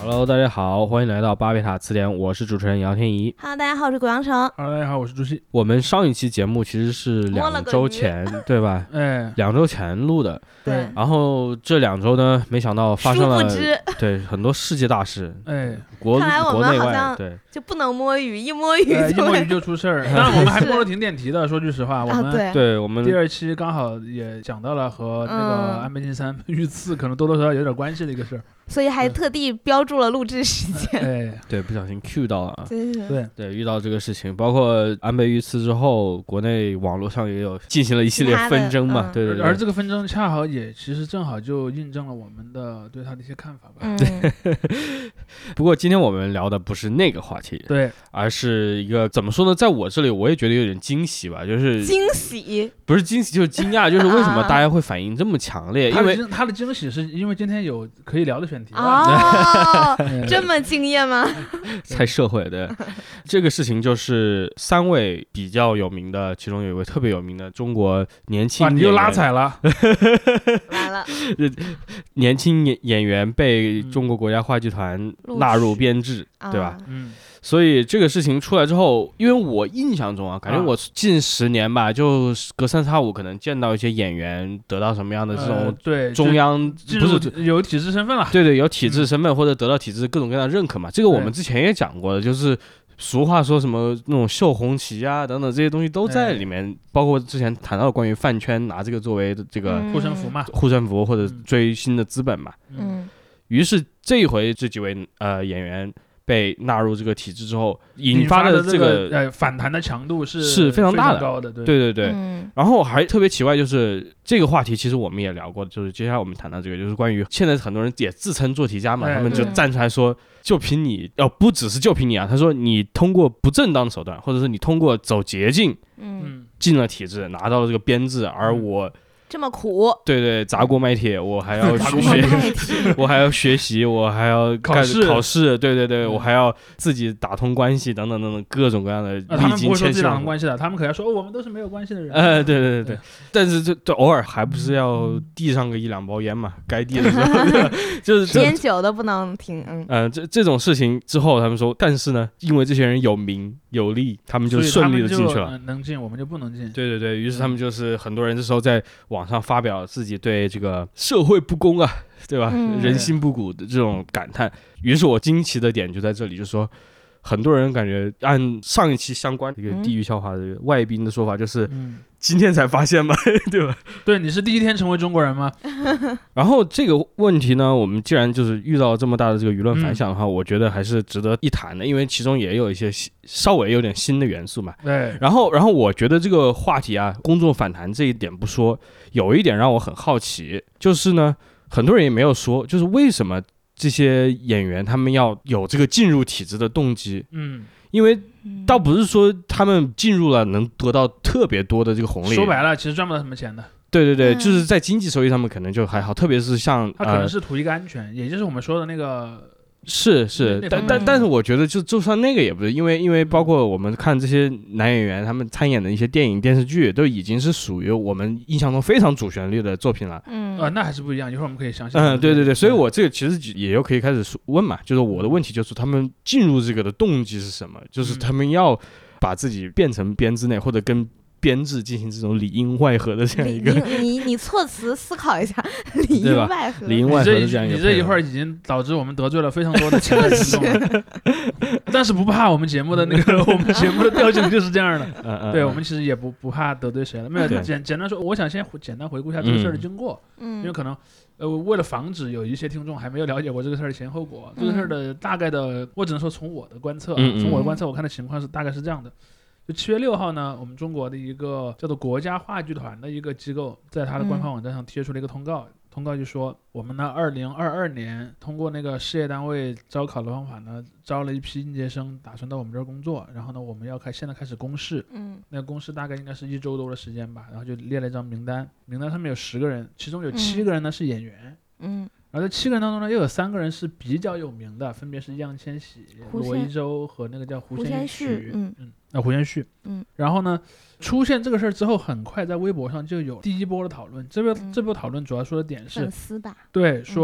Hello， 大家好，欢迎来到巴别塔词典，我是主持人姚天怡。 Hello， 大家好，我是古阳城。 Hello， 大家好，我是朱熹。 我们上一期节目其实是2周前，对吧？2周前录的。 对。 然后这2周呢，没想到发生了对很多世界大事。 国内外对就不能摸鱼，一摸鱼就出事儿。但我们还摸了挺点题的，说句实话，我们第2期刚好也讲到了和那个安倍晋三遇刺可能多多少少有点关系的一个事儿。 所以还特地标注了录制时间。 对，不小心 Q 到了啊。 对， 遇到这个事情，包括安倍遇刺之后，国内网络上也有进行了一系列纷争嘛。对。 而这个纷争恰好也其实正好就印证了我们的对他的一些看法吧。 不过今天我们聊的不是那个话题， 对， 而是一个怎么说呢，在我这里我也觉得有点惊喜吧，就是惊喜， 不是惊喜就是惊讶，就是为什么大家会反应这么强烈？因为他的惊喜是因为今天有可以聊的选题这么敬业吗？ 太社会的。这个事情就是3位比较有名的，其中有一位特别有名的中国年轻演员， 你又拉踩了， 完了， 年轻演员被中国国家话剧团纳入编制，对吧？所以这个事情出来之后，因为我印象中啊，感觉我近10年吧，就隔3差5可能见到一些演员得到什么样的这种对中央不是有体制身份了， 对，有体制身份或者得到体制各种各样的认可嘛。这个我们之前也讲过的，就是俗话说什么那种绣红旗啊等等这些东西都在里面，包括之前谈到关于饭圈拿这个作为这个护身符嘛， 护身符或者追星的资本嘛。于是这一回这几位演员被纳入这个体制之后，引发的这个反弹的强度是非常大的， 对。然后还特别奇怪，就是这个话题其实我们也聊过，就是接下来我们谈到这个，就是关于现在很多人也自称做题家嘛，他们就站出来说，就凭你不只是就凭你啊，他说你通过不正当手段，或者是你通过走捷径，进了体制，拿到了这个编制，而我这么苦， 对，砸锅卖铁，我还要我还要学习，我还要考试，对，我还要自己打通关系等等各种各样的他们不会说自己打通关系的，他们可要说我们都是没有关系的人。 对，但是这偶尔还不是要递上个1-2包烟嘛，该递的时候就是烟酒都不能停。 这种事情之后，他们说，但是呢，因为这些人有名有利，他们就顺利的进去了， 能进我们就不能进。 对，于是他们就是很多人这时候在网上发表自己对这个社会不公啊，对吧？人心不古的这种感叹。于是我惊奇的点就在这里，就是说很多人感觉按上一期相关这个地狱笑话的外宾的说法，就是今天才发现嘛，对吧？ 对，你是第一天成为中国人吗？ 然后这个问题呢，我们既然就是遇到这么大的这个舆论反响的话，我觉得还是值得一谈的，因为其中也有一些稍微有点新的元素嘛。 对。 然后我觉得这个话题啊，公众反弹这一点不说，有一点让我很好奇，就是呢，很多人也没有说，就是为什么这些演员他们要有这个进入体制的动机。因为倒不是说他们进入了能得到特别多的这个红利， 说白了其实赚不到什么钱的。 对，就是在经济收益上面可能就还好，特别是像他可能是图一个安全，也就是我们说的那个是，但是我觉得就算那个也不是，因为包括我们看这些男演员他们参演的一些电影电视剧，都已经是属于我们印象中非常主旋律的作品了。 那还是不一样，一会儿我们可以详细。 对，所以我这个其实也就可以开始问嘛，就是我的问题就是他们进入这个的动机是什么？就是他们要把自己变成编制内或者跟编制进行这种里应外合的这样一个， 你措辞思考一下，里应外合， 里应外合的这样一个， 你这一会儿已经导致我们得罪了非常多的潜在听众了，但是不怕，我们节目的那个我们节目的调性就是这样的，对，我们其实也不怕得罪谁了，没有简单说，我想先简单回顾一下这个事儿的经过，因为可能为了防止有一些听众还没有了解过这个事儿的前后果，这个事儿的大概的，我只能说从我的观测，我看的情况是大概是这样的。就7月6号呢，我们中国的一个叫做国家话剧团的一个机构，在他的官方网站上贴出了一个通告就说我们呢2022年通过那个事业单位招考的方法呢，招了一批应届生，打算到我们这儿工作，然后呢我们要现在开始公示，那个公示大概应该是1周多的时间吧，然后就列了一张名单上面有10个人，其中有7个人呢是演员，然后这7个人当中呢，又有3个人是比较有名的，分别是易烊千玺、罗一舟和那个叫胡先煦，胡先煦，然后呢，出现这个事儿之后，很快在微博上就有第一波的讨论。这波讨论主要说的点是粉丝吧， 对，说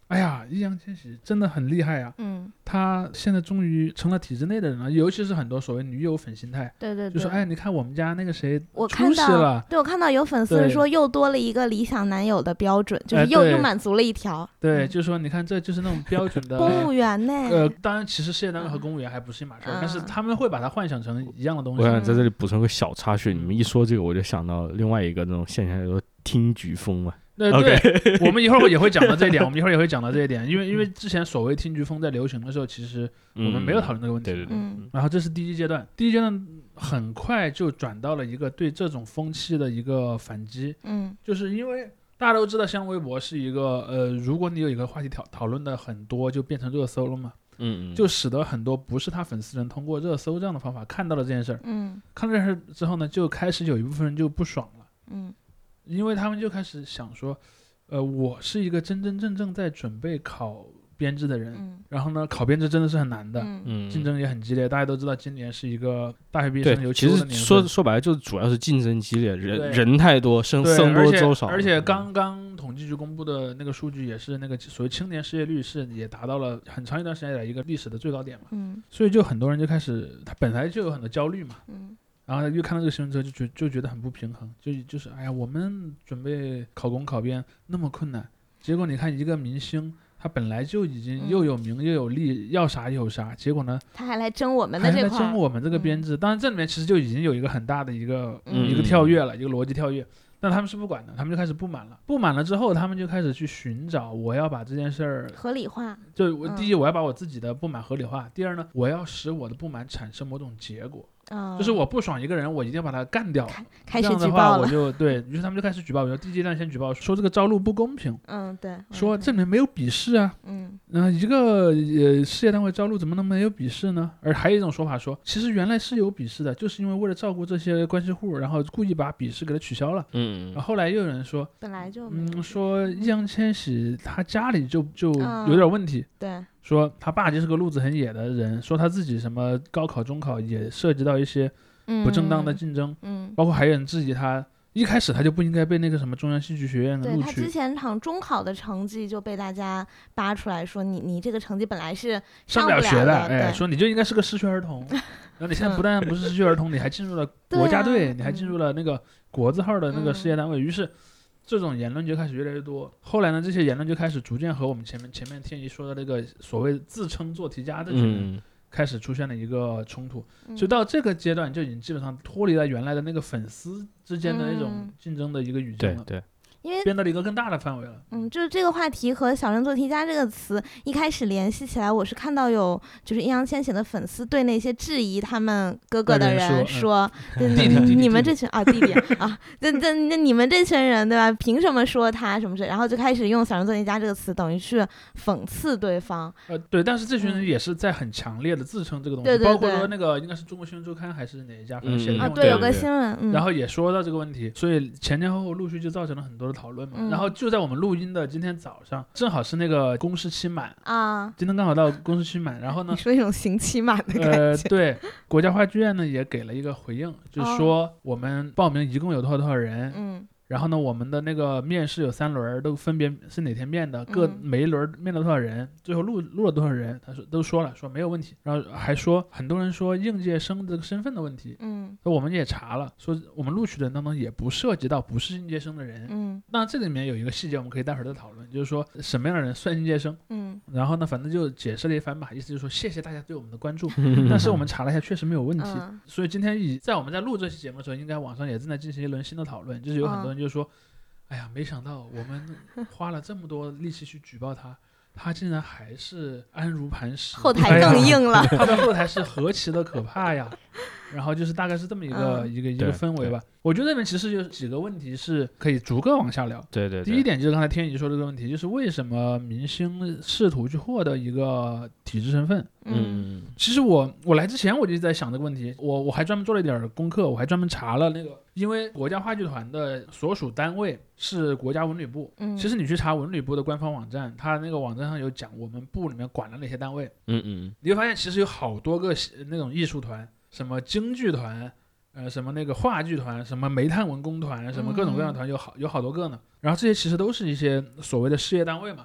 哎呀，易烊千玺真的很厉害啊！他现在终于成了体制内的人了，尤其是很多所谓女友粉心态， 对对对， 就说哎，你看我们家那个谁我出息了， 对，我看到有粉丝说又多了一个理想男友的标准，就是又满足了一条。 对，就是说你看这就是那种标准的公务员呢。 当然其实事业单位和公务员还不是一码事，但是他们会把它幻想成一样的东西。 我想在这里补充个小插曲，你们一说这个我就想到另外一个那种现象，叫做听菊风嘛。 对，我们一会儿也会讲到这一点，因为之前所谓听菊风在流行的时候，其实我们没有讨论这个问题。 对。 然后这是第一阶段，很快就转到了一个对这种风气的一个反击。就是因为大家都知道，像微博是一个如果你有一个话题讨论的很多，就变成热搜了嘛。就使得很多不是他粉丝人通过热搜这样的方法看到了这件事儿。看到这件事之后呢，就开始有一部分人就不爽了。因为他们就开始想说，我是一个真真正正在准备考编制的人，然后呢，考编制真的是很难的，竞争也很激烈。大家都知道，今年是一个大学毕业生有起步的年份。 其实说白了，就主要是竞争激烈，人太多，僧多粥少。 而且刚刚统计局公布的那个数据也是那个所谓青年失业率也达到了很长一段时间以来一个历史的最高点嘛。所以就很多人就开始，他本来就有很多焦虑嘛。然后又看到这个新闻之后就觉得很不平衡，就是哎呀，我们准备考公考编那么困难，结果你看一个明星，他本来就已经又有名又有利，要啥有啥，结果呢， 他还来争我们的这块， 还来争我们这个编制。当然这里面其实就已经有一个很大的一个跳跃了，一个逻辑跳跃。但他们是不管的，他们就开始不满了之后，他们就开始去寻找，我要把这件事儿合理化。 就第一，我要把我自己的不满合理化；第二呢，我要使我的不满产生某种结果。就是我不爽一个人，我一定要把他干掉。 开始举报了， 我就对，于是他们就开始举报。比如第一阶段先举报说这个招录不公平。 对。 说这里面没有笔试啊。一个事业单位招录怎么能没有笔试呢？而还有一种说法说，其实原来是有笔试的，就是因为为了照顾这些关系户，然后故意把笔试给他取消了。然后后来又有人说， 本来就说易烊千玺他家里就有点问题。 对。 说他爸就是个路子很野的人，说他自己什么高考中考也涉及到一些不正当的竞争。包括还有人质疑他一开始他就不应该被那个什么中央戏剧学院的录取。 对，他之前中考的成绩就被大家扒出来说，你这个成绩本来是上不了学的，说你就应该是个失学儿童。然后你现在不但不是失学儿童，你还进入了国家队，你还进入了那个国字号的那个事业单位。于是这种言论就开始越来越多。后来呢，这些言论就开始逐渐和我们前面天一说的那个所谓自称做题家的人开始出现了一个冲突。所以到这个阶段就已经基本上脱离了原来的那个粉丝之间的那种竞争的一个语境了。 对。 因为变得了一个更大的范围了。 就是这个话题和小人做题家这个词一开始联系起来，我是看到有就是易烊千玺的粉丝对那些质疑他们哥哥的人说，你们这群弟弟啊，那你们这群人对吧？凭什么说他什么然后就开始用小人做题家这个词，等于是讽刺对方。 对，但是这群人也是在很强烈的自称这个东西， 对， 包括说那个应该是中国新闻周刊还是哪一家写的对，有个新闻， 然后也说到这个问题，所以前前后后陆续就造成了很多的讨论嘛。然后就在我们录音的今天早上，正好是那个公示期满啊，今天刚好到公示期满，然后呢， 你说一种刑期满的感觉。 对，国家话剧院呢也给了一个回应，就是说我们报名一共有多少人，然后呢，我们的那个面试有3轮，都分别是哪天面的，每一轮面了多少人，最后录了多少人，他说了没有问题，然后还说很多人说应届生这个身份的问题，我们也查了，说我们录取的人当中也不涉及到不是应届生的人，那这里面有一个细节我们可以待会儿再讨论，就是说什么样的人算应届生，然后呢，反正就解释了一番吧，意思就是说谢谢大家对我们的关注，但是我们查了一下，确实没有问题，所以今天我们在录这期节目的时候，应该网上也正在进行一轮新的讨论，就是有很多人就说，哎呀，没想到我们花了这么多力气去举报他竟然还是安如磐石， 后台更硬了， 他的后台是何其的可怕呀！然后就是大概是这么一个氛围吧。我觉得这边其实有几个问题是可以逐个往下聊。 对。 第一点就是刚才天怡说的这个问题，就是为什么明星试图去获得一个体制身份？其实我来之前我就在想这个问题，我还专门做了一点功课，我还专门查了那个，因为国家话剧团的所属单位是国家文旅部。其实你去查文旅部的官方网站，它那个网站上有讲我们部里面管了哪些单位。你会发现其实有好多个那种艺术团，什么京剧团，什么那个话剧团，什么煤炭文工团，什么各种各样的团，有好多个呢。然后这些其实都是一些所谓的事业单位嘛。 对。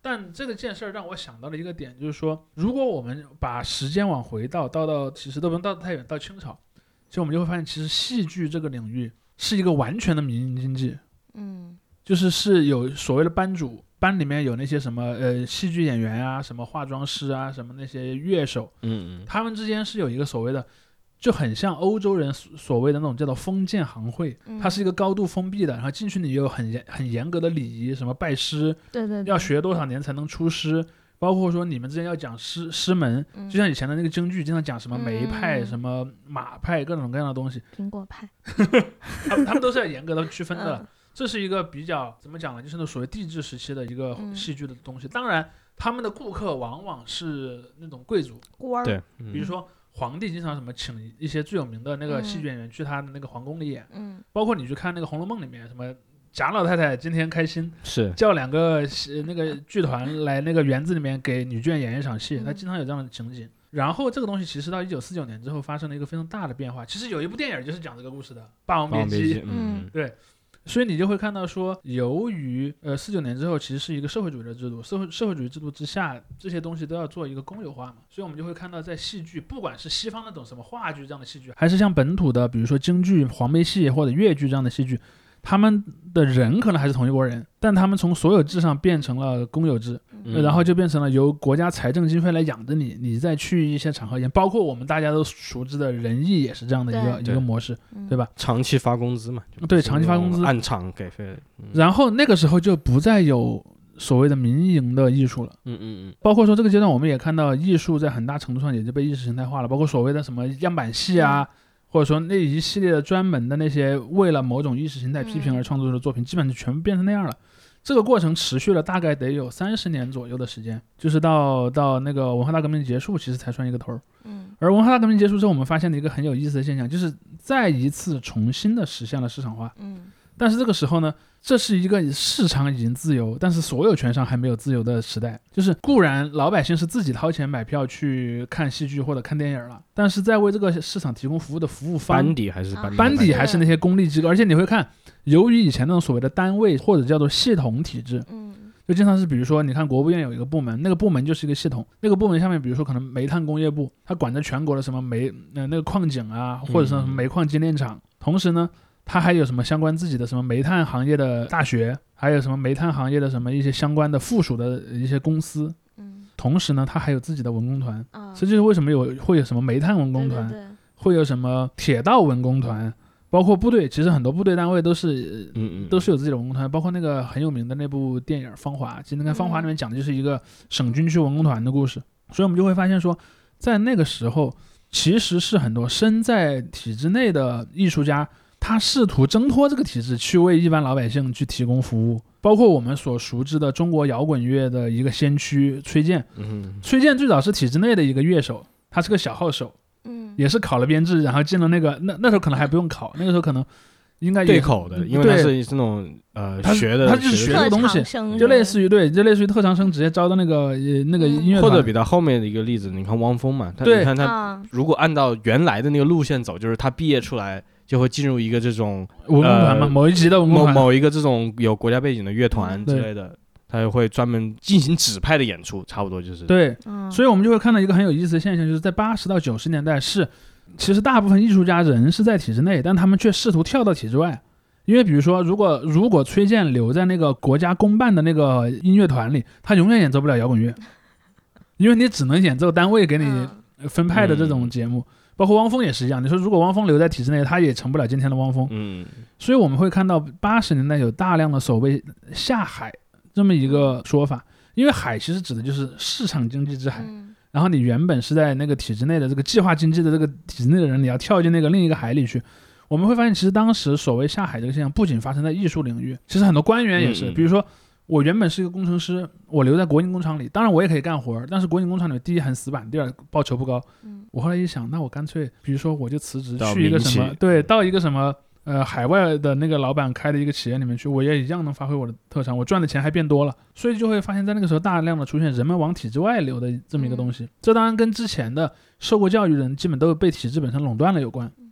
但这个件事让我想到了一个点，就是说，如果我们把时间往回到其实都不用到太远，到清朝，其实我们就会发现，其实戏剧这个领域是一个完全的民营经济。就是有所谓的班主，班里面有那些什么戏剧演员啊，什么化妆师啊，什么那些乐手，他们之间是有一个所谓的，就很像欧洲人所谓的那种叫做封建行会，它是一个高度封闭的，然后进去你有很严格的礼仪，什么拜师， 对， 要学多少年才能出师，包括说你们之间要讲师门，就像以前的那个京剧经常讲什么梅派、什么马派，各种各样的东西， 苹果派， 他们都是要严格的区分的。这是一个比较怎么讲呢，就是那所谓帝制时期的一个戏剧的东西。当然他们的顾客往往是那种贵族官儿， 对， 比如说皇帝经常什么请一些最有名的那个戏剧演员去他的那个皇宫里演，包括你去看那个《红楼梦》里面，什么贾老太太今天开心， 是叫2个那个剧团来那个园子里面给女眷演一场戏，他经常有这样的情景。然后这个东西其实到1949年之后发生了一个非常大的变化，其实有一部电影就是讲这个故事的《霸王别姬》，对。所以你就会看到说，由于49年之后其实是一个社会主义的制度，社会主义制度之下，这些东西都要做一个公有化嘛，所以我们就会看到在戏剧，不管是西方那种什么话剧这样的戏剧，还是像本土的比如说京剧、黄梅戏或者越剧这样的戏剧，他们的人可能还是同一国人，但他们从所有制上变成了公有制，然后就变成了由国家财政经费来养着你，你再去一些场合演，包括我们大家都熟知的人艺也是这样的一个模式，对吧？ 长期发工资嘛， 对，长期发工资， 按场给费。 然后那个时候就不再有所谓的民营的艺术了，包括说这个阶段我们也看到艺术在很大程度上也就被意识形态化了，包括所谓的什么样板戏啊。或者说那一系列的专门的那些为了某种意识形态批评而创作的作品，基本就全部变成那样了。这个过程持续了大概得有30年左右的时间，就是到那个文化大革命结束，其实才算一个头。而文化大革命结束之后，我们发现了一个很有意思的现象，就是再一次重新的实现了市场化。但是这个时候呢，这是一个市场已经自由，但是所有权上还没有自由的时代。就是固然老百姓是自己掏钱买票去看戏剧或者看电影了，但是在为这个市场提供服务的服务方班底还是那些公立机构，而且你会看，由于以前那种所谓的单位或者叫做系统体制，就经常是比如说你看国务院有一个部门，那个部门就是一个系统，那个部门下面比如说可能煤炭工业部，它管着全国的什么那个矿井啊，或者是什么煤矿精炼厂，同时呢它还有什么相关自己的什么煤炭行业的大学，还有什么煤炭行业的什么一些相关的附属的一些公司，同时呢它还有自己的文工团，这就是为什么会有什么煤炭文工团，会有什么铁道文工团，包括部队，其实很多部队单位都是有自己的文工团，包括那个很有名的那部电影《芳华》，其实你看《芳华》里面讲的就是一个省军区文工团的故事，所以我们就会发现说，在那个时候其实是很多身在体制内的艺术家，他试图挣脱这个体制，去为一般老百姓去提供服务。包括我们所熟知的中国摇滚乐的一个先驱崔健，崔健最早是体制内的一个乐手，他是个小号手，也是考了编制，然后进了那个那时候可能还不用考，那个时候可能应该对口的，因为他是这种学的， 他就是学这个东西，就类似于特长生直接招到那个音乐团。 或者比他后面的一个例子，你看汪峰嘛，你看他如果按照原来的那个路线走，就是他毕业出来就会进入一个这种文工团嘛，某一级的文工团， 某一个这种有国家背景的乐团之类的，他就会专门进行指派的演出，差不多就是对。所以我们就会看到一个很有意思的现象，就是在80到90年代其实大部分艺术家人是在体制内，但他们却试图跳到体制外。因为比如说如果崔健留在那个国家公办的那个音乐团里，他永远演奏不了摇滚乐，因为你只能演奏单位给你分派的这种节目。包括汪峰也是一样，你说如果汪峰留在体制内，他也成不了今天的汪峰。所以我们会看到80年代有大量的所谓下海这么一个说法，因为海其实指的就是市场经济之海，然后你原本是在那个体制内的这个计划经济的这个体制内的人，你要跳进那个另一个海里去。我们会发现其实当时所谓下海这个现象不仅发生在艺术领域，其实很多官员也是，比如说我原本是一个工程师，我留在国营工厂里，当然我也可以干活，但是国营工厂里第一很死板，第二报酬不高。我后来一想，那我干脆比如说我就辞职去一个什么，对，到一个什么海外的那个老板开的一个企业里面去，我也一样能发挥我的特长，我赚的钱还变多了。所以就会发现在那个时候大量的出现人们往体制外流的这么一个东西。这当然跟之前的受过教育人基本都被体制本身垄断了有关。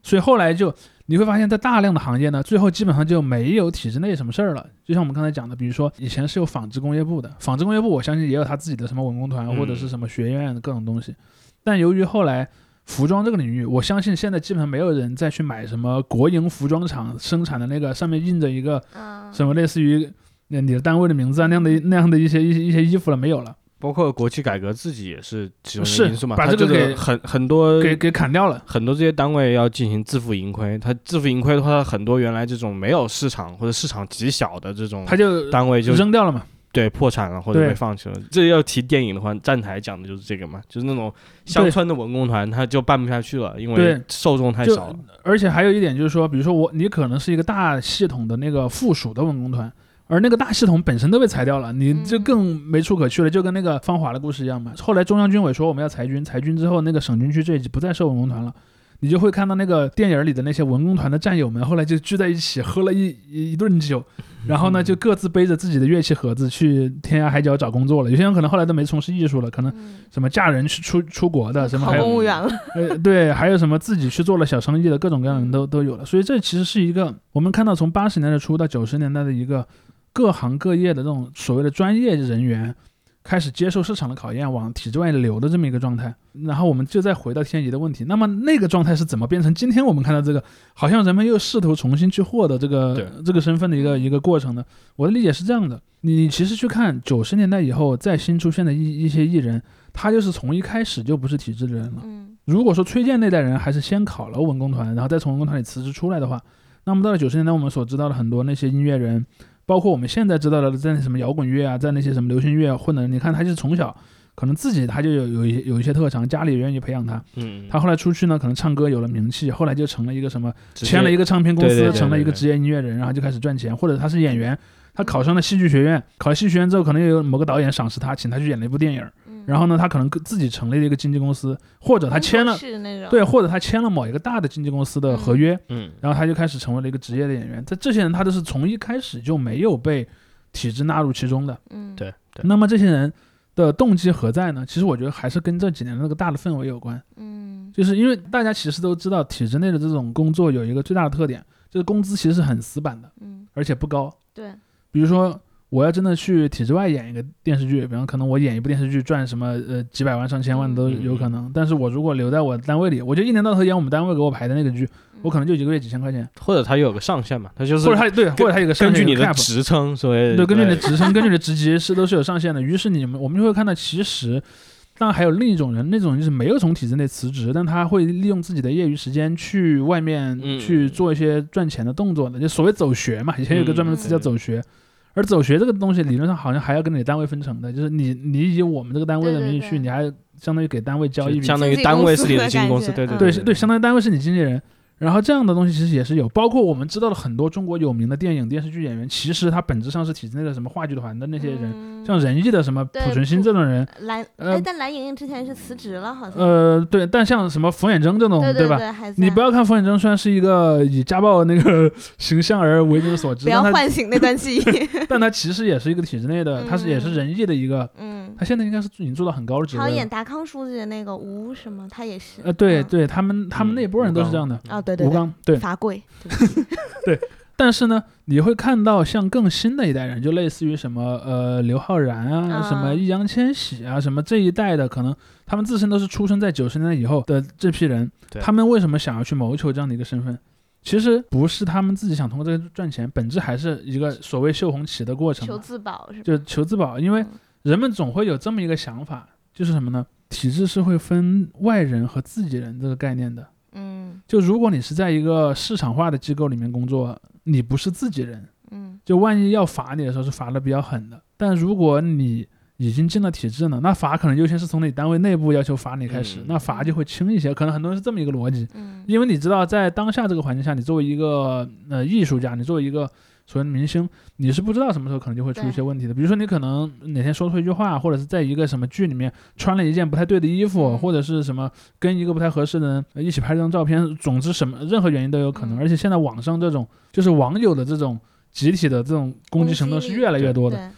所以后来就你会发现在大量的行业呢，最后基本上就没有体制内什么事儿了。就像我们刚才讲的，比如说以前是有纺织工业部的，纺织工业部我相信也有他自己的什么文工团或者是什么学院各种东西，但由于后来服装这个领域，我相信现在基本上没有人再去买什么国营服装厂生产的那个上面印着一个什么类似于你的单位的名字啊那样的一些衣服了，没有了。 包括国企改革自己也是其中的因素嘛， 把这个给很多给砍掉了， 很多这些单位要进行自负盈亏，它自负盈亏的话，很多原来这种没有市场或者市场极小的这种单位就扔掉了嘛， 对，破产了或者被放弃了。这要提电影的话，站台讲的就是这个嘛，就是那种乡村的文工团，他就办不下去了，因为受众太少了。 而且还有一点就是说，比如说你可能是一个大系统的那个附属的文工团。而那个大系统本身都被裁掉了，你就更没处可去了，就跟那个芳华的故事一样嘛。后来中央军委说我们要裁军，裁军之后那个省军区这一级不再设文工团了，你就会看到那个电影里的那些文工团的战友们，后来就聚在一起喝了一顿酒，然后呢就各自背着自己的乐器盒子去天涯海角找工作了。有些人可能后来都没从事艺术了，可能什么嫁人去出国的，什么还有公务员了， 对，还有什么自己去做了小生意的，各种各样的人都有了。所以这其实是一个我们看到从80年代初到90年代的一个各行各业的这种所谓的专业人员开始接受市场的考验，往体制外流的这么一个状态。然后我们就再回到天怡的问题，那么那个状态是怎么变成今天我们看到这个好像人们又试图重新去获得这个身份的一个过程呢？我的理解是这样的，你其实去看90年代以后再新出现的一些艺人，他就是从一开始就不是体制的人了。如果说崔健那代人还是先考了文工团，然后再从文工团里辞职出来的话，那么到了90年代我们所知道的很多那些音乐人，包括我们现在知道的在什么摇滚乐啊，在那些什么流行乐混的，你看他就是从小可能自己他就有一些特长，家里愿意培养他，他后来出去呢，可能唱歌有了名气，后来就成了一个什么，签了一个唱片公司， 对成了一个职业音乐人，然后就开始赚钱，或者他是演员，他考上了戏剧学院，考了戏剧学院之后，可能有某个导演赏识他，请他去演了一部电影。然后呢，他可能自己成立了一个经纪公司，或者他签了对，或者他签了某一个大的经纪公司的合约，然后他就开始成为了一个职业的演员。这些人他都是从一开始就没有被体制纳入其中的， 对。 那么这些人的动机何在呢？其实我觉得还是跟这几年的那个大的氛围有关，就是因为大家其实都知道，体制内的这种工作有一个最大的特点，就是工资其实是很死板的，而且不高， 对， 比如说。我要真的去体制外演一个电视剧，比方可能我演一部电视剧赚什么几百万上千万都有可能，但是我如果留在我单位里，我就一年到头演我们单位给我排的那个剧，我可能就一个月几千块钱， 或者他有个上限嘛，他就是或者他有个上限， 根据你的职称，所谓对，根据你的职称，根据你的职级都是有上限的。于是我们就会看到，其实当然还有另一种人，那种就是没有从体制内辞职，但他会利用自己的业余时间去外面去做一些赚钱的动作的，就所谓走学嘛，以前有个专门的词叫走学。而走学这个东西理论上好像还要跟你单位分成的，就是你以我们这个单位的名义去，你还相当于给单位交一笔， 相当于单位是你的经纪公司， 对，相当于单位是你经纪人。然后这样的东西其实也是有，包括我们知道的很多中国有名的电影电视剧演员，其实他本质上是体制内的什么话剧团的那些人，像仁义的什么濮存昕这种人， 但蓝盈莹之前是辞职了好像， 对，但像什么冯远征这种， 对吧？你不要看冯远征虽然是一个以家暴那个形象而为人所知， 不要唤醒那段记忆， 但他其实也是一个体制内的，他也是仁义的一个，他现在应该是已经做到很高的职位了。 好演达康书记的那个吴什么，他也是， 对，他们那波人都是这样的， 对， 吴刚，对， 罚跪， 对，但是呢，你会看到像更新的一代人，就类似于什么刘昊然啊，什么易烊千玺啊，什么这一代的，可能他们自身都是出生在90年代以后的这批人，他们为什么想要去谋求这样的一个身份？其实不是他们自己想通过这个赚钱，本质还是一个所谓秀红旗的过程， 求自保是吧？ 就求自保，因为人们总会有这么一个想法，就是什么呢？体制是会分外人和自己人这个概念的。就如果你是在一个市场化的机构里面工作，你不是自己人，就万一要罚你的时候是罚的比较狠的。但如果你已经进了体制呢，那罚可能优先是从你单位内部要求罚你开始，那罚就会轻一些。可能很多人是这么一个逻辑，因为你知道在当下这个环境下，你作为一个艺术家，你作为一个所谓的明星，你是不知道什么时候可能就会出一些问题的。比如说你可能哪天说错一句话，或者是在一个什么剧里面穿了一件不太对的衣服，或者是什么跟一个不太合适的人一起拍这张照片，总之什么任何原因都有可能。而且现在网上这种就是网友的这种集体的这种攻击程度是越来越多的。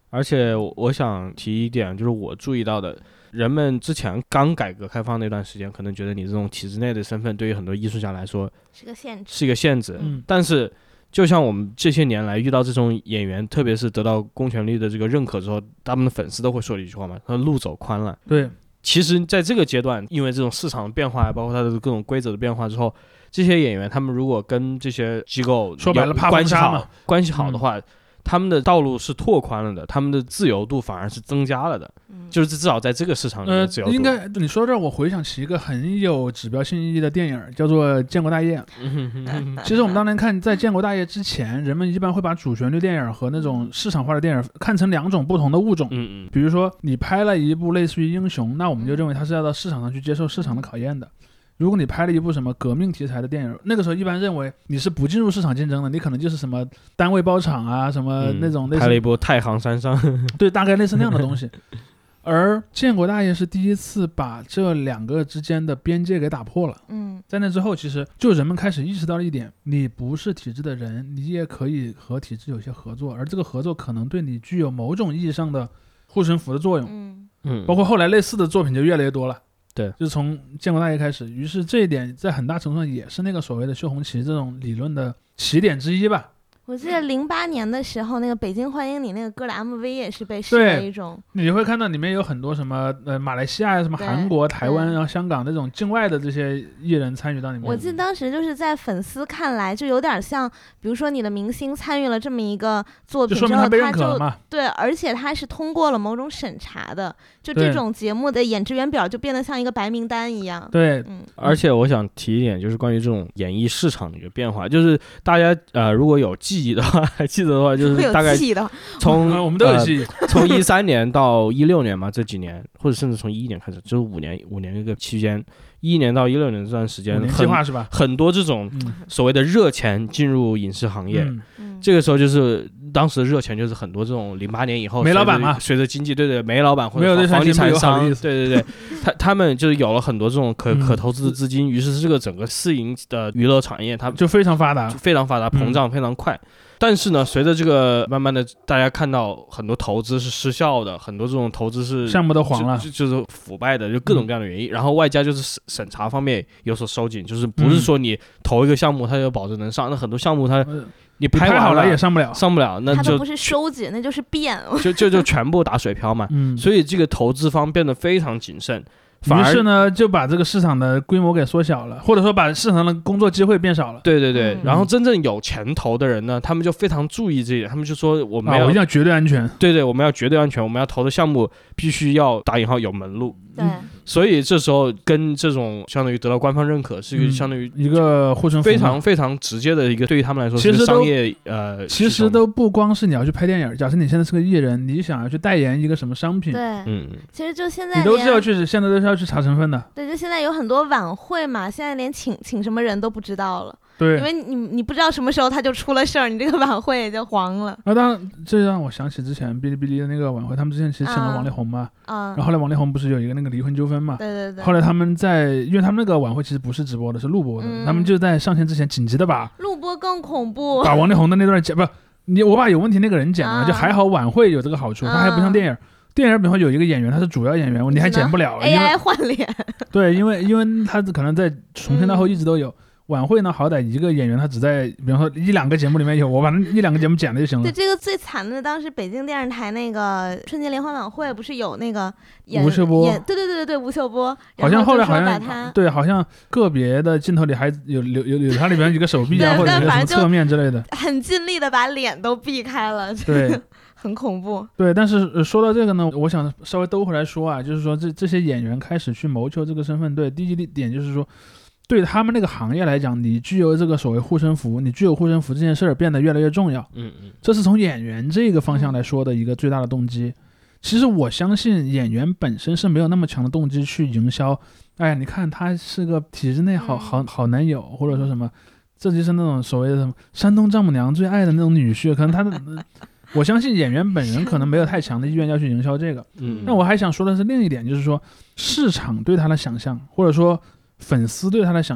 而且我想提一点，就是我注意到的，人们之前刚改革开放那段时间，可能觉得你这种体制内的身份对于很多艺术家来说是个限制， 是一个限制。但是就像我们这些年来遇到这种演员，特别是得到公权力的这个认可之后，他们的粉丝都会说的一句话嘛，他说路走宽了。 对， 其实在这个阶段，因为这种市场的变化，包括它的各种规则的变化之后，这些演员他们如果跟这些机构说白了关系好的话，他们的道路是拓宽了的，他们的自由度反而是增加了的，就是至少在这个市场里面的自由度。 应该你说这儿，我回想起一个很有指标性意义的电影，叫做《建国大业》。其实我们当年看，在《建国大业》之前，人们一般会把主旋律电影和那种市场化的电影看成两种不同的物种。比如说你拍了一部类似于英雄，那我们就认为它是要到市场上去接受市场的考验的。如果你拍了一部什么革命题材的电影，那个时候一般认为你是不进入市场竞争的，你可能就是什么单位包场啊，什么那种类似拍了一部太行山上对，大概类似那样的东西。而建国大业是第一次把这两个之间的边界给打破了。在那之后，其实就人们开始意识到了一点，你不是体制的人，你也可以和体制有些合作，而这个合作可能对你具有某种意义上的护身符的作用。包括后来类似的作品就越来越多了。对，就是从建国大业开始，于是这一点在很大程度上也是那个所谓的修红旗这种理论的起点之一吧。 我记得08年的时候，那个《北京欢迎你》那个歌的 MV 也是被视为一种， 你会看到里面有很多什么马来西亚、什么韩国、台湾，然后香港那种境外的这些艺人参与到里面。 我记得当时就是在粉丝看来，就有点像，比如说你的明星参与了这么一个作品之后， 就说明他被认可了嘛。 对，而且他是通过了某种审查的，就这种节目的演职员表就变得像一个白名单一样。 对， 而且我想提一点，就是关于这种演艺市场的一个变化，就是大家如果有记忆的话，还记得的话，就是大概从我们都有记忆， 从13年到16年嘛，这几年，或者甚至从11年开始，就是5年一个期间，11年到16年这段时间，很多这种所谓的热钱进入影视行业。这个时候就是当时的热钱，就是很多这种08年以后煤老板嘛， 随着经济煤老板或者房地产商，对，他们就是有了很多这种可投资的资金，于是这个整个私营的娱乐产业，它就非常发达， 膨胀非常快。但是呢，随着这个慢慢的，大家看到很多投资是失效的，很多这种投资是项目都黄了， 就是腐败的，就各种各样的原因。然后外加就是审查方面有所收紧，就是不是说你投一个项目它就保证能上，那很多项目它你拍好了也上不了， 那就它都不是收紧，那就是变， 就全部打水漂嘛。所以这个投资方变得非常谨慎。 于是呢，就把这个市场的规模给缩小了，或者说把市场的工作机会变少了。 对，然后真正有钱投的人呢，他们就非常注意这一点，他们就说我们一定要绝对安全。 对，我们要绝对安全，我们要投的项目必须要打引号有门路。 对， 所以这时候跟这种相当于得到官方认可，是一个相当于一个护身符， 非常非常直接的一个，对于他们来说是商业其实都不光是你要去拍电影，假设你现在是个艺人，你想要去代言一个什么商品， 对，其实就现在你都是要去，现在都是要去查成分的。 对，就现在有很多晚会嘛，现在连请什么人都不知道了。 对， 因为你不知道什么时候他就出了事儿，你这个晚会也就黄了。 当然，这让我想起之前哔哩哔哩的那个晚会，他们之前其实请了王力宏嘛，然后后来王力宏不是有一个那个离婚纠纷嘛， 对， 后来他们因为他们那个晚会其实不是直播的，是录播的，他们就在上线之前紧急的把录播更恐怖， 把王力宏的那段剪我把有问题那个人剪了，就还好晚会有这个好处，它还不像电影。电影比方有一个演员，他是主要演员，你还剪不了 AI 换脸。 对，因为他可能在从前到后一直都有。晚会呢，好歹一个演员他只在比方说1-2个节目里面有，我把那1-2个节目剪了就行了。 对，这个最惨的，当时北京电视台那个春节联欢晚会不是有那个吴秀波， 对，吴秀波， 好像后来好像对，好像个别的镜头里还有他里边一个手臂啊，或者有什么侧面之类的， 很尽力的把脸都避开了， 对。 很恐怖。 对，但是说到这个呢，我想稍微兜回来说啊，就是说这些演员开始去谋求这个身份，对，第一点就是说，对他们那个行业来讲，你具有这个所谓护身符，你具有护身符这件事儿变得越来越重要。这是从演员这个方向来说的一个最大的动机。其实我相信演员本身是没有那么强的动机去营销。哎呀，你看他是个体制内好男友，或者说什么，这就是那种所谓的什么山东丈母娘最爱的那种女婿，可能他的。我相信演员本人可能没有太强的意愿要去营销这个。那我还想说的是另一点，就是说市场对他的想象，或者说粉丝对他的想象，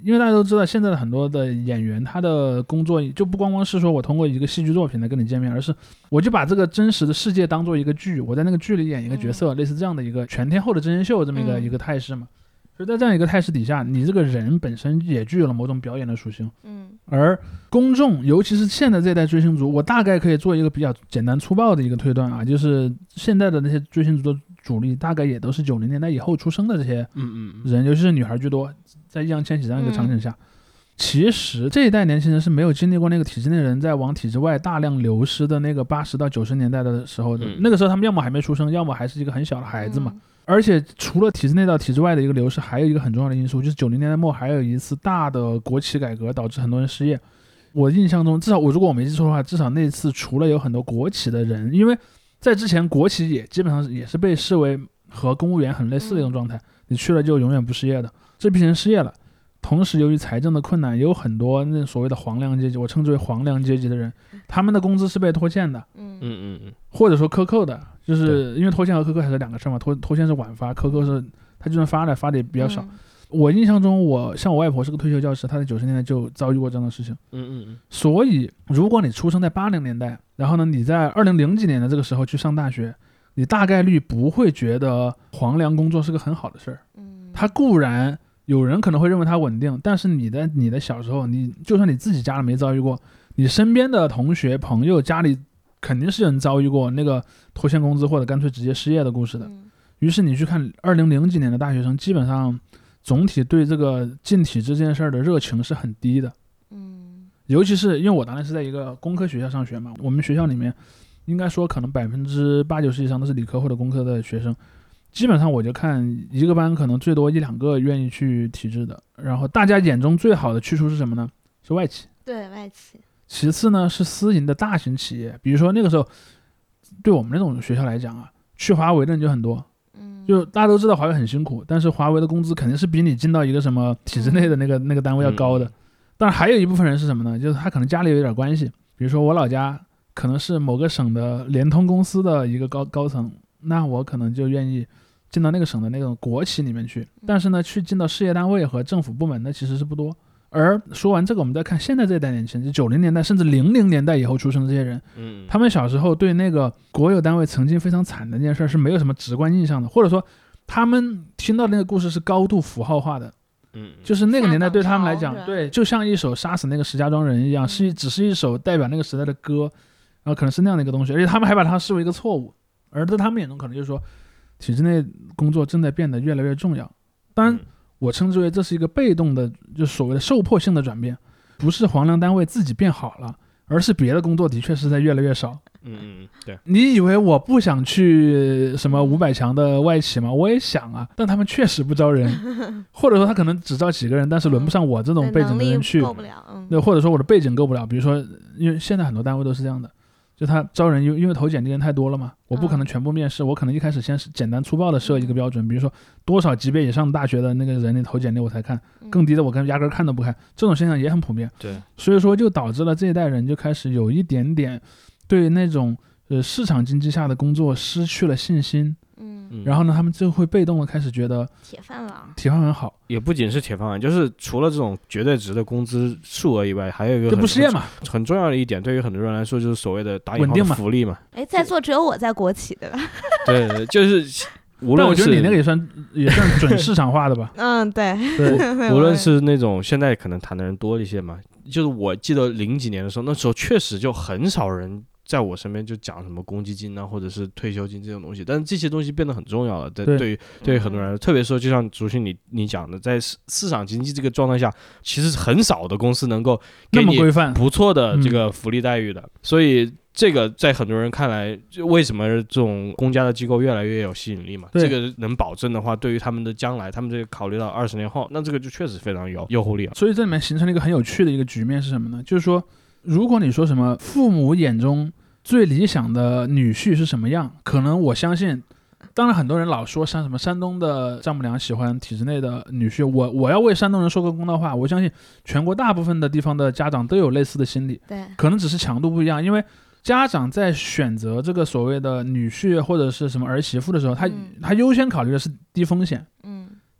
因为大家都知道现在的很多的演员他的工作就不光光是说我通过一个戏剧作品来跟你见面，而是我就把这个真实的世界当做一个剧，我在那个剧里演一个角色，类似这样的一个全天候的真人秀这么一个态势嘛。所以在这样一个态势底下，你这个人本身也具有了某种表演的属性。而公众尤其是现在这代追星族，我大概可以做一个比较简单粗暴的一个推断啊，就是现在的那些追星族的主力大概也都是90年代以后出生的这些人，尤其是女孩居多，在易烊千玺这样一个场景下，其实这一代年轻人是没有经历过那个体制内人在往体制外大量流失的那个80到90年代的时候的。那个时候他们要么还没出生，要么还是一个很小的孩子嘛。而且除了体制内到体制外的一个流失，还有一个很重要的因素，就是90年代末还有一次大的国企改革导致很多人失业。我印象中，至少如果我没记错的话，至少那次除了有很多国企的人，因为在之前国企也基本上也是被视为和公务员很类似的一种状态，你去了就永远不失业的。这批人失业了，同时由于财政的困难，也有很多那所谓的黄梁阶级，我称之为黄梁阶级的人，他们的工资是被拖欠的，或者说克扣的，就是因为拖欠和克扣还是两个事嘛。拖欠是晚发，克扣是他就算发的也比较少。我印象中，像我外婆是个退休教师，她在90年代就遭遇过这样的事情。所以如果你出生在80年代，然后呢你在2000几年的这个时候去上大学，你大概率不会觉得黄梁工作是个很好的事儿。它固然有人可能会认为它稳定，但是你的小时候，你就算你自己家里没遭遇过，你身边的同学朋友家里肯定是有人遭遇过那个拖欠工资或者干脆直接失业的故事的。于是你去看2000几年的大学生，基本上总体对这个进体制这件事儿的热情是很低的。尤其是因为我当然是在一个工科学校上学嘛，我们学校里面应该说可能80%-90%以上都是理科或者工科的学生，基本上我就看一个班可能最多1-2个愿意去体制的。然后大家眼中最好的去处是什么呢？是外企。 对，外企。其次呢是私营的大型企业，比如说那个时候对我们那种学校来讲啊，去华为的人就很多。就大家都知道华为很辛苦，但是华为的工资肯定是比你进到一个什么体制内的那个单位要高的。当然还有一部分人是什么呢？就是他可能家里有点关系，比如说我老家可能是某个省的联通公司的一个高层，那我可能就愿意进到那个省的那种国企里面去。但是呢，去进到事业单位和政府部门的其实是不多。而说完这个，我们再看现在这一代年轻人，就90年代甚至00年代以后出生的这些人，他们小时候对那个国有单位曾经非常惨的那件事是没有什么直观印象的，或者说他们听到的那个故事是高度符号化的。就是那个年代对他们来讲，对，就像一首杀死那个石家庄人一样，只是一首代表那个时代的歌，然后可能是那样的一个东西，而且他们还把它视为一个错误。而在他们眼中，可能就是说，体制内工作正在变得越来越重要。当然，我称之为这是一个被动的，就所谓的受迫性的转变，不是黄梁单位自己变好了，而是别的工作的确是在越来越少。 对。 你以为我不想去什么500强的外企吗？我也想啊，但他们确实不招人，或者说他可能只招几个人，但是轮不上我这种背景的人去， 够不了。 对，或者说我的背景够不了。比如说，因为现在很多单位都是这样的。就他招人，因为投简历人太多了嘛，我不可能全部面试，我可能一开始先是简单粗暴的设一个标准，比如说多少级别以上的大学的那个人你投简历我才看，更低的我压根看都不看，这种现象也很普遍。 对， 所以说就导致了这一代人就开始有一点点对那种市场经济下的工作失去了信心。然后呢，他们就会被动的开始觉得铁饭碗好， 也不仅是铁饭碗，就是除了这种绝对值的工资数额以外，还有一个不失业嘛， 很重要的一点，对于很多人来说就是所谓的打引号的福利嘛。 在座只有我在国企，对吧？ 对，就是无论是，但我觉得你那个也算准市场化的吧。 对， 无论是那种现在可能谈的人多一些嘛，就是我记得00几年的时候，那时候确实就很少人在我身边就讲什么公积金啊，或者是退休金这种东西，但是这些东西变得很重要了。对于很多人，特别说就像竹迅你讲的，在市场经济这个状态下，其实很少的公司能够给你不错的这个福利待遇的。所以这个在很多人看来，为什么这种公家的机构越来越有吸引力嘛？这个能保证的话，对于他们的将来，他们这个考虑到20年后，那这个就确实非常有诱惑力了。 所以这里面形成了一个很有趣的一个局面是什么呢？就是说，如果你说什么父母眼中最理想的女婿是什么样，可能我相信，当然很多人老说像什么山东的丈母娘喜欢体制内的女婿，我要为山东人说个公道话，我相信全国大部分的地方的家长都有类似的心理， 对， 可能只是强度不一样。因为家长在选择这个所谓的女婿或者是什么儿媳妇的时候，他优先考虑的是低风险，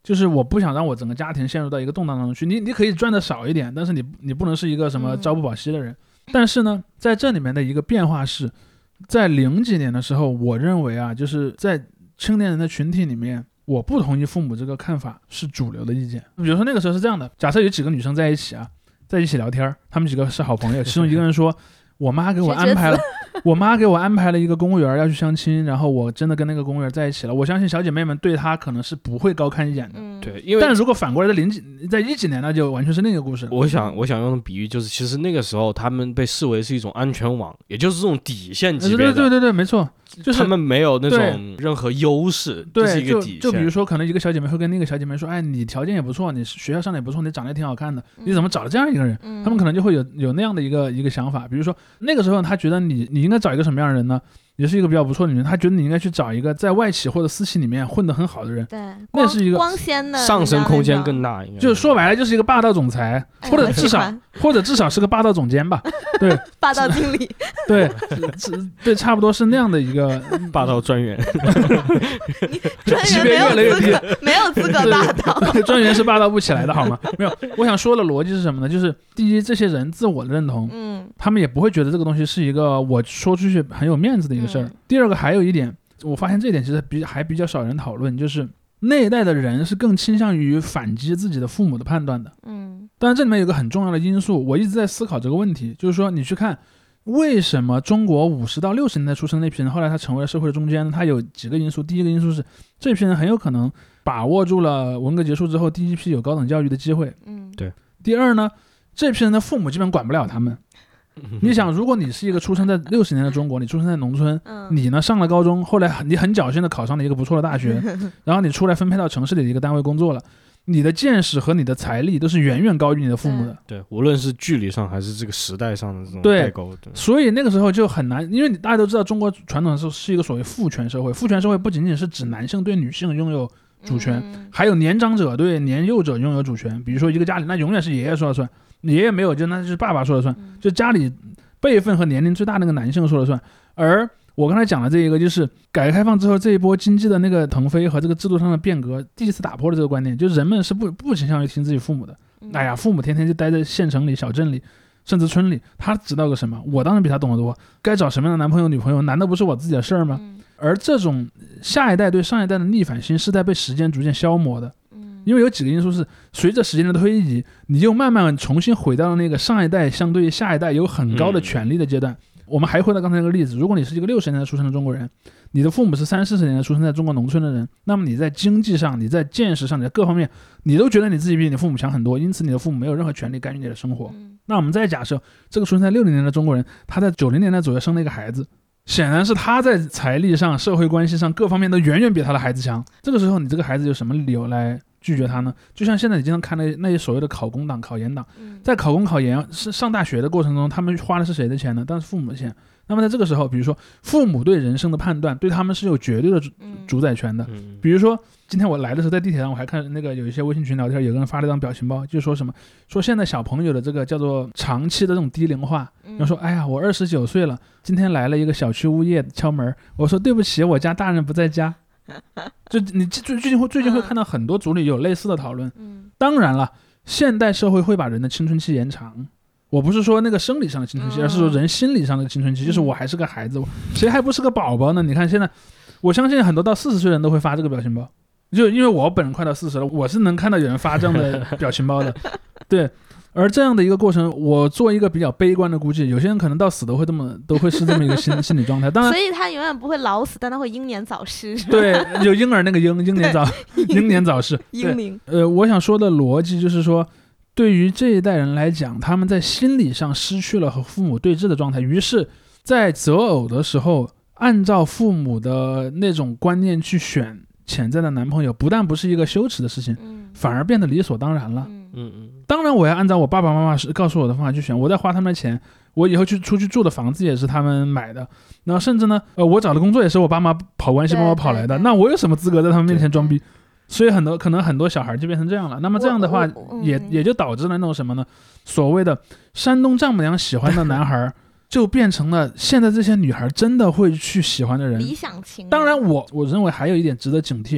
就是我不想让我整个家庭陷入到一个动荡当中去。你可以赚的少一点，但是你不能是一个什么朝不保夕的人。但是呢，在这里面的一个变化是，在00几年的时候，我认为啊，就是在青年人的群体里面，我不同意父母这个看法是主流的意见。比如说那个时候是这样的，假设有几个女生在一起聊天，她们几个是好朋友，其中一个人说我妈给我安排了一个公务员要去相亲，然后我真的跟那个公务员在一起了。我相信小姐妹们对她可能是不会高看一眼的， 对，因为但如果反过来在10几年，那就完全是另一个故事。 我想用的比喻就是，其实那个时候他们被视为是一种安全网，也就是这种底线级别的。 对，没错。就是他们没有那种任何优势， 对， 这是一个底线。 就比如说，可能一个小姐妹会跟那个小姐妹说：“哎，你条件也不错，你学校上的也不错，你长得也挺好看的，你怎么找了这样一个人？”他们可能就会有那样的一个想法。比如说，那个时候他觉得你应该找一个什么样的人呢？也是一个比较不错的人，他觉得你应该去找一个在外企或者私企里面混得很好的人。 对， 那是一个光鲜的上升空间更大， 就说白了就是一个霸道总裁，或者至少是个霸道总监吧。对， 霸道经理。 对，差不多是那样的一个霸道专员。 专员没有资格霸道。 专员是霸道不起来的好吗？没有，我想说的逻辑是什么呢？就是第一，这些人自我的认同，他们也不会觉得这个东西是一个我说出去很有面子的一个事儿。第二个，还有一点，我发现这一点其实还比较少人讨论，就是那一代的人是更倾向于反击自己的父母的判断的。当然这里面有个很重要的因素，我一直在思考这个问题，就是说你去看为什么中国50到60年代出生的那批人后来他成为了社会的中间呢？他有几个因素。第一个因素是这批人很有可能把握住了文革结束之后第一批有高等教育的机会。 对。 第二呢，这批人的父母基本管不了他们。你想，如果你是一个出生在60年的中国，你出生在农村，你呢上了高中，后来你很侥幸的考上了一个不错的大学，然后你出来分配到城市里的一个单位工作了，你的见识和你的财力都是远远高于你的父母的。 对，无论是距离上还是这个时代上的这种代沟。对， 所以那个时候就很难，因为大家都知道中国传统是一个所谓父权社会，父权社会不仅仅是指男性对女性拥有主权，还有年长者对年幼者拥有主权。比如说一个家里，那永远是爷爷说了算，爷爷没有就那就是爸爸说了算，就家里辈分和年龄最大那个男性说了算。而我刚才讲的这一个，就是改革开放之后这一波经济的那个腾飞和这个制度上的变革，第一次打破了这个观念，就是人们是不倾向于听自己父母的。哎呀，父母天天就待在县城里、小镇里，甚至村里，他知道个什么？我当然比他懂得多。该找什么样的男朋友、女朋友，难道不是我自己的事儿吗？而这种下一代对上一代的逆反心是在被时间逐渐消磨的。因为有几个因素是随着时间的推移，你就慢慢重新回到了那个上一代相对于下一代有很高的权利的阶段。我们还回到刚才那个例子，如果你是一个60年代出生的中国人，你的父母是30、40年代出生在中国农村的人，那么你在经济上、你在见识上、你在各方面，你都觉得你自己比你父母强很多，因此你的父母没有任何权利干预你的生活。那我们再假设这个出生在60年代的中国人，他在90年代左右生了一个孩子，显然是他在财力上、社会关系上各方面都远远比他的孩子强。这个时候你这个孩子有什么理由来拒绝他呢？就像现在你经常看那些所谓的考公党、考研党，在考公考研是上大学的过程中，他们花的是谁的钱呢？当然是父母的钱。那么在这个时候，比如说父母对人生的判断对他们是有绝对的主宰权的。比如说今天我来的时候在地铁上，我还看那个有一些微信群聊天，有个人发了一张表情包，就说什么说现在小朋友的这个叫做长期的这种低龄化，然后说哎呀我29岁了，今天来了一个小区物业敲门，我说对不起我家大人不在家。就你最近会看到很多组里有类似的讨论。当然了，现代社会会把人的青春期延长，我不是说那个生理上的青春期，而是说人心理上的青春期，就是我还是个孩子，谁还不是个宝宝呢？你看现在，我相信很多到40岁的人都会发这个表情包，就因为我本人快到40了，我是能看到有人发这样的表情包的。对，而这样的一个过程，我做一个比较悲观的估计，有些人可能到死都会是这么一个心理状态。当然， 所以他永远不会老死，但他会英年早逝。 对，有婴儿那个英年早逝。 英灵。 我想说的逻辑就是说，对于这一代人来讲，他们在心理上失去了和父母对峙的状态，于是，在择偶的时候，按照父母的那种观念去选潜在的男朋友，不但不是一个羞耻的事情，反而变得理所当然了。当然我要按照我爸爸妈妈告诉我的方法去选，我在花他们的钱，我以后出去住的房子也是他们买的，然后甚至呢我找的工作也是我爸妈跑关系帮我跑来的，那我有什么资格在他们面前装逼？所以可能很多小孩就变成这样了。那么这样的话也就导致了那种什么呢，所谓的山东丈母娘喜欢的男孩就变成了现在这些女孩真的会去喜欢的人， 理想型。 当然我认为还有一点值得警惕，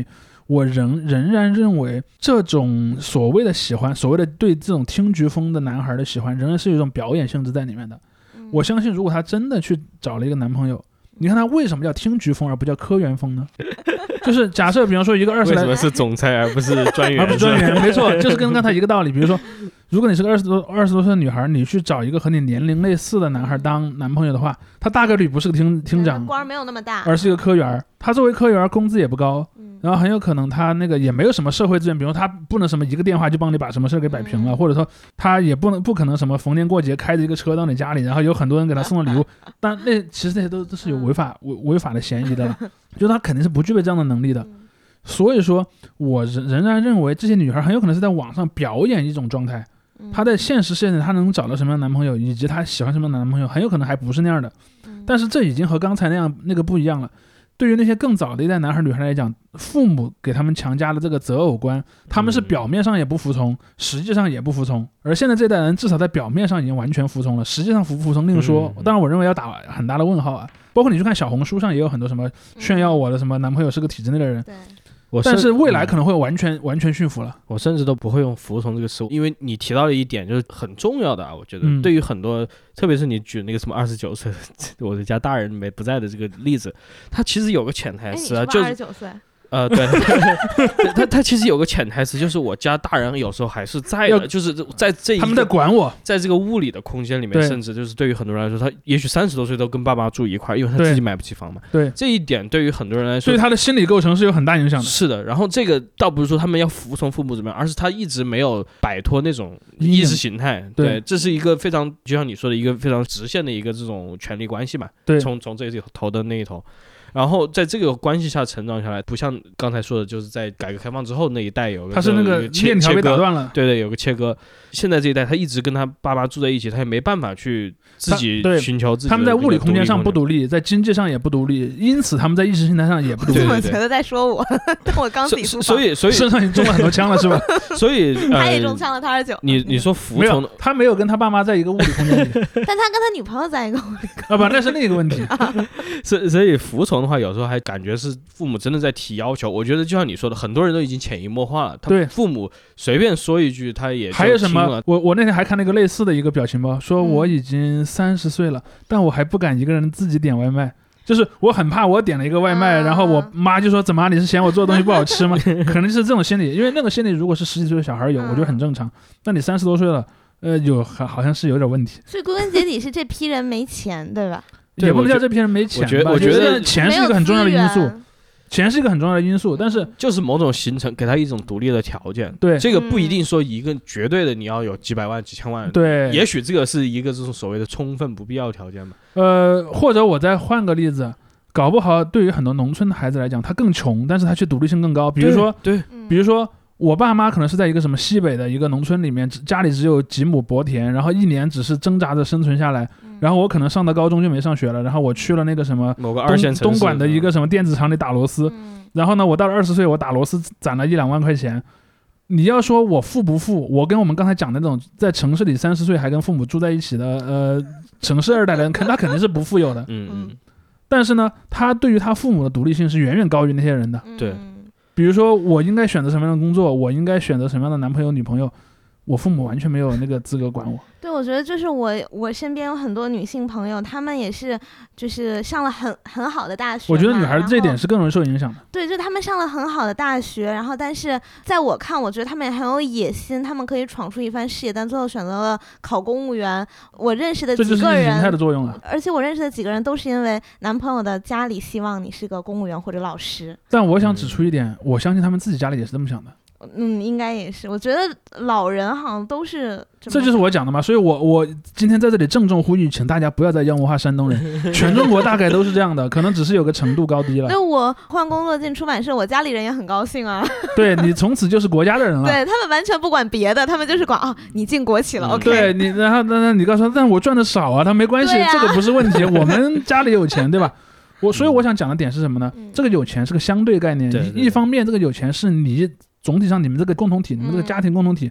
我仍然认为这种所谓的喜欢，所谓的对这种听菊风的男孩的喜欢，仍然是有一种表演性质在里面的。我相信如果他真的去找了一个男朋友，你看他为什么叫听菊风而不叫科员风呢？就是假设比方说一个20来， 为什么是总裁而不是专员？ 而不是专员，没错，就是跟刚才一个道理。比如说，如果你是个20多岁的女孩，你去找一个和你年龄类似的男孩当男朋友的话，他大概率不是个厅长， 官没有那么大， 而是一个科员。他作为科员，工资也不高，然后很有可能他那个也没有什么社会资源，比如他不能什么一个电话就帮你把什么事给摆平了，或者说他也不可能什么逢年过节开着一个车到你家里，然后有很多人给他送了礼物，但其实那些都是有违法的嫌疑的了，就他肯定是不具备这样的能力的。所以说我仍然认为这些女孩很有可能是在网上表演一种状态，她在现实世界里她能找到什么样的男朋友，以及她喜欢什么样的男朋友，很有可能还不是那样的。但是这已经和刚才那个不一样了。对于那些更早的一代男孩女孩来讲，父母给他们强加了这个择偶观，他们是表面上也不服从，实际上也不服从。而现在这代人至少在表面上已经完全服从了，实际上服不服从另说。当然我认为要打很大的问号啊。包括你去看小红书上也有很多什么炫耀我的什么男朋友是个体制内的人，但是未来可能会完全驯服了。 我甚至都不会用服从这个词，因为你提到了一点就是很重要的啊，我觉得对于很多，特别是你举那个什么29岁我的家大人不在的这个例子，他其实有个潜台词啊，就是 29岁。 对，他其实有个潜台词，就是我家大人有时候还是在的，就是在这一个他们在管我， 在这个物理的空间里面，甚至就是对于很多人来说，他也许30多岁都跟爸妈住一块，因为他自己买不起房嘛。对，这一点对于很多人来说， 对他的心理构成是有很大影响的。 是的，然后这个倒不是说他们要服从父母怎么样，而是他一直没有摆脱那种意识形态。对，这是一个非常就像你说的一个非常直线的一个这种权力关系嘛。对，从这一头的那一头。然后在这个关系下成长下来，不像刚才说的，就是在改革开放之后那一代有个， 他是那个链条被打断了， 对，有个切割。现在这一代他一直跟他爸妈住在一起，他也没办法去自己寻求自己的。 他们在物理空间上不独立，在经济上也不独立，因此他们在意识形态上也不独立。 我觉得在说我，我刚自己说， 所以身上已经中了很多枪了，是吧？ 所以他也中枪了，他29。 你说服从， 他没有跟他爸妈在一个物理空间里， 但他跟他女朋友在一个物理空间。 不，那是另一个问题。 所以服从的话，有时候还感觉是父母真的在提要求。我觉得就像你说的，很多人都已经潜移默化了。对，父母随便说一句，他也还有什么？我那天还看那个类似的一个表情包，说我已经30岁了，但我还不敢一个人自己点外卖，就是我很怕我点了一个外卖，然后我妈就说怎么你是嫌我做的东西不好吃吗？可能就是这种心理，因为那个心理如果是10几岁的小孩有，我觉得很正常。但你30多岁了，好像是有点问题。 所以归根结底是这批人没钱，对吧？ 也不能叫这批人没钱吧， 我觉得钱是一个很重要的因素。钱是一个很重要的因素，但是就是某种形成给他一种独立的条件。对，这个不一定说一个绝对的你要有几百万几千万。对，也许这个是一个这种所谓的充分不必要条件嘛。 或者我再换个例子，搞不好对于很多农村的孩子来讲，他更穷，但是他却独立性更高。比如说我爸妈可能是在一个什么西北的一个农村里面，家里只有几亩薄田，然后一年只是挣扎着生存下来。然后我可能上到高中就没上学了，然后我去了那个什么某个2线城市东莞的一个什么电子厂里打螺丝。然后呢，我到了20岁，我打螺丝攒了1-2万块钱。你要说我富不富？我跟我们刚才讲的那种在城市里30岁还跟父母住在一起的城市2代人，他肯定是不富有的。但是呢，他对于他父母的独立性是远远高于那些人的。 对。 比如说我应该选择什么样的工作，我应该选择什么样的男朋友女朋友，我父母完全没有那个资格管我。 对，我觉得就是我身边有很多女性朋友，她们也是就是上了很好的大学。 我觉得女孩这一点是更容易受影响的。 对，就她们上了很好的大学，然后但是在我看，我觉得她们也很有野心，她们可以闯出一番事业，但最后选择了考公务员。我认识的几个人， 这就是意识形态的作用啊。 而且我认识的几个人都是因为男朋友的家里希望你是个公务员或者老师。 但我想指出一点，我相信他们自己家里也是这么想的。 应该也是。我觉得老人好像都是这就是我讲的嘛。所以我今天在这里郑重呼吁，请大家不要再妖魔化山东人，全中国大概都是这样的，可能只是有个程度高低了。 那我换工作进出版社，我家里人也很高兴啊。 对，你从此就是国家的人了。 对，他们完全不管别的，他们就是管你进国企了。OK。 对你，然后你告诉他，但我赚的少啊，他没关系，这个不是问题，我们家里有钱，对吧？所以我想讲的点是什么呢？这个有钱是个相对概念。一方面，这个有钱是你总体上你们这个共同体，你们这个家庭共同体，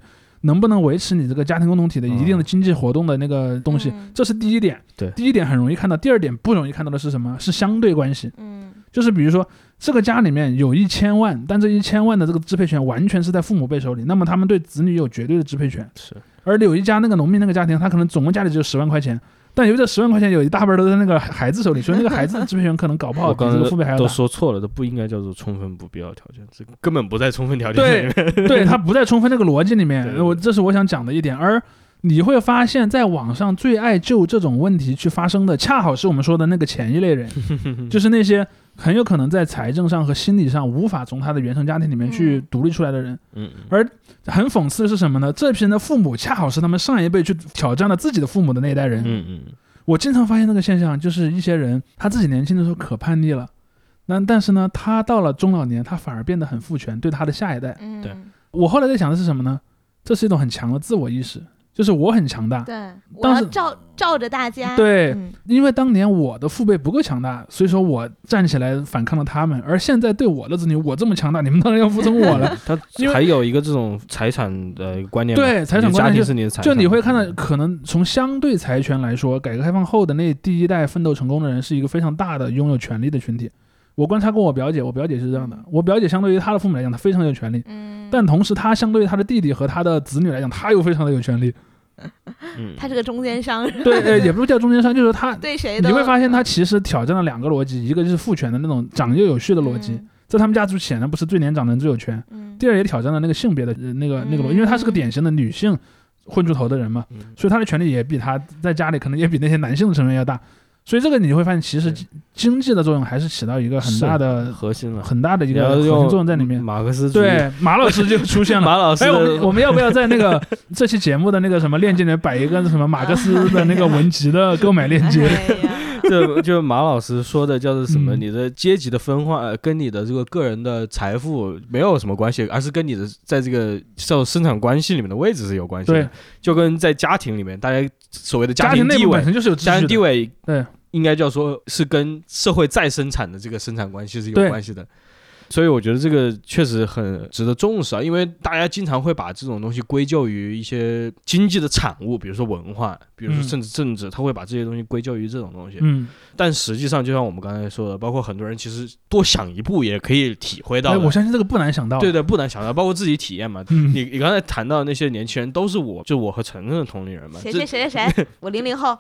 能不能维持你这个家庭共同体的一定的经济活动的那个东西，这是第一点。 对， 第一点很容易看到，第二点不容易看到的是什么？是相对关系。就是比如说这个家里面有1000万，但这1000万的这个支配权完全是在父母辈手里，那么他们对子女有绝对的支配权。 是。 而有一家那个农民那个家庭，他可能总共家里只有10万块钱。但由于这10万块钱有一大半都在那个孩子手里，所以那个孩子的支配权可能搞不好比这个父辈还要大。 都说错了，这不应该叫做充分不必要条件，这根本不在充分条件里面。 对，它不在充分那个逻辑里面。这是我想讲的一点。而你会发现在网上最爱就这种问题去发生的，恰好是我们说的那个前一类人，就是那些很有可能在财政上和心理上无法从他的原生家庭里面去独立出来的人。而很讽刺的是什么呢？这批人的父母恰好是他们上一辈去挑战了自己的父母的那一代人。我经常发现那个现象，就是一些人他自己年轻的时候可叛逆了，但是呢，他到了中老年，他反而变得很父权，对他的下一代。 对， 我后来在想的是什么呢？这是一种很强的自我意识。就是我很强大， 对，我要罩着大家。 对，因为当年我的父辈不够强大，所以说我站起来反抗了他们。而现在对我的子女，我这么强大，你们当然要服从我了。 他还有一个这种财产的观念， 对，财产观念是你的财产。 就你会看到，可能从相对财权来说，改革开放后的那第一代奋斗成功的人，是一个非常大的拥有权利的群体。我观察过我表姐，我表姐是这样的，我表姐相对于她的父母来讲，她非常有权利，但同时她相对于她的弟弟和她的子女来讲，她又非常的有权利。 他是个中间商。 对，也不是叫中间商，就是他对谁都。 你会发现他其实挑战了2个逻辑，一个就是父权的那种长幼有序的逻辑，在他们家族显然不是最年长的人最有权。第二也挑战了那个性别的那个逻辑，因为他是个典型的女性混出头的人嘛，所以他的权利也比他在家里可能也比那些男性的成员要大。所以这个你会发现，其实经济的作用还是起到一个很大的核心了， 很大的一个核心作用在里面。 马克思主义， 对，马老师就出现了。 马老师， 我们要不要在那个这期节目的那个什么链接里面摆一个什么马克思的那个文集的购买链接？ 就马老师说的叫做什么？你的阶级的分化跟你的这个个人的财富没有什么关系，而是跟你的在这个受生产关系里面的位置是有关系的。就跟在家庭里面，大家所谓的家庭地位， 本身就是有家庭地位， 对， 应该叫说是跟社会再生产的这个生产关系是有关系的。所以我觉得这个确实很值得重视啊，因为大家经常会把这种东西归咎于一些经济的产物，比如说文化，比如说甚至政治，他会把这些东西归咎于这种东西。但实际上就像我们刚才说的，包括很多人其实多想一步也可以体会到。 我相信这个不难想到。 对，不难想到，包括自己体验嘛。你刚才谈到的那些年轻人，都是我和陈晨的同龄人嘛。 谁？我00后。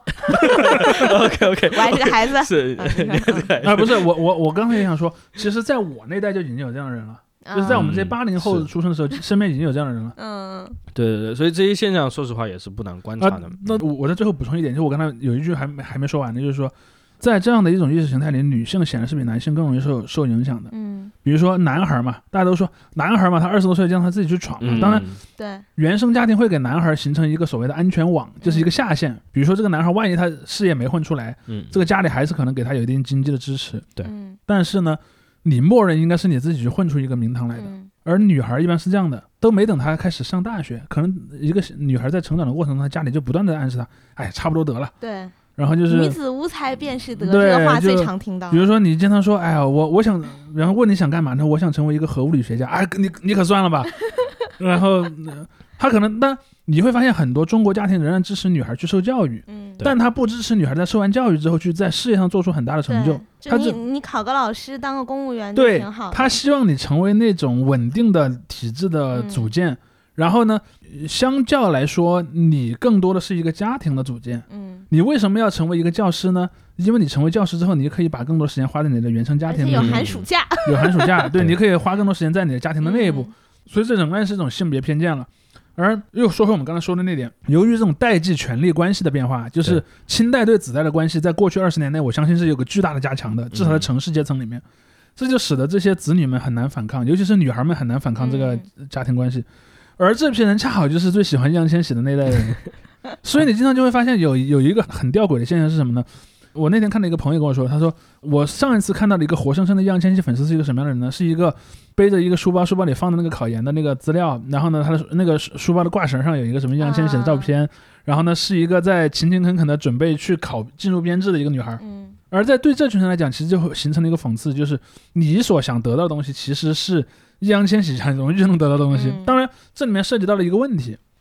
OK， 我还是个孩子。 是不是我刚才也想说，其实在我那代就已经有这样的人了。就是在我们这些80后出生的时候，身边已经有这样的人了。 对，所以这些现象，说实话也是不难观察的。 那我在最后补充一点，就是我刚才有一句还没说完的，就是说，在这样的一种意识形态里，女性显然是比男性更容易受影响的。比如说男孩嘛，大家都说男孩嘛，他20多岁就让他自己去闯嘛。当然， 对， 原生家庭会给男孩形成一个所谓的安全网，就是一个下限。比如说这个男孩万一他事业没混出来，这个家里还是可能给他有一定经济的支持。 对， 但是呢，你默认应该是你自己去混出一个名堂来的。而女孩一般是这样的，都没等她开始上大学，可能一个女孩在成长的过程中，她家里就不断的暗示她，哎，差不多得了。 对。 然后就是女子无才便是德，这个话最常听到。 比如说你经常说，哎呀，我想，然后问你想干嘛呢？我想成为一个核物理学家。哎，你可算了吧。然后他可能，但你会发现很多中国家庭仍然支持女孩去受教育，但他不支持女孩在受完教育之后去在事业上做出很大的成就。 你考个老师，当个公务员就挺好的。 他希望你成为那种稳定的体制的组件。然后呢，相较来说，你更多的是一个家庭的组件。你为什么要成为一个教师呢？因为你成为教师之后，你可以把更多时间花在你的原生家庭里面。 有寒暑假。 有寒暑假，对，你可以花更多时间在你的家庭的内部。所以这仍然是一种性别偏见了。而又说回我们刚才说的那点，由于这种代际权力关系的变化，就是亲代对子代的关系，在过去20年内，我相信是有个巨大的加强的，至少在城市阶层里面。这就使得这些子女们很难反抗，尤其是女孩们很难反抗这个家庭关系。而这批人恰好就是最喜欢易烊千玺的那代人，所以你经常就会发现有一个很吊诡的现象是什么呢？我那天看到一个朋友跟我说，他说我上一次看到的一个活生生的易烊千玺粉丝是一个什么样的人呢？是一个背着一个书包，书包里放的那个考研的那个资料，然后呢，他的那个书包的挂绳上有一个什么易烊千玺的照片，然后呢是一个在勤勤恳恳的准备去进入编制的一个女孩。而在对这群人来讲，其实就形成了一个讽刺，就是你所想得到的东西，其实是易烊千玺很容易就能得到的东西。当然，这里面涉及到了一个问题，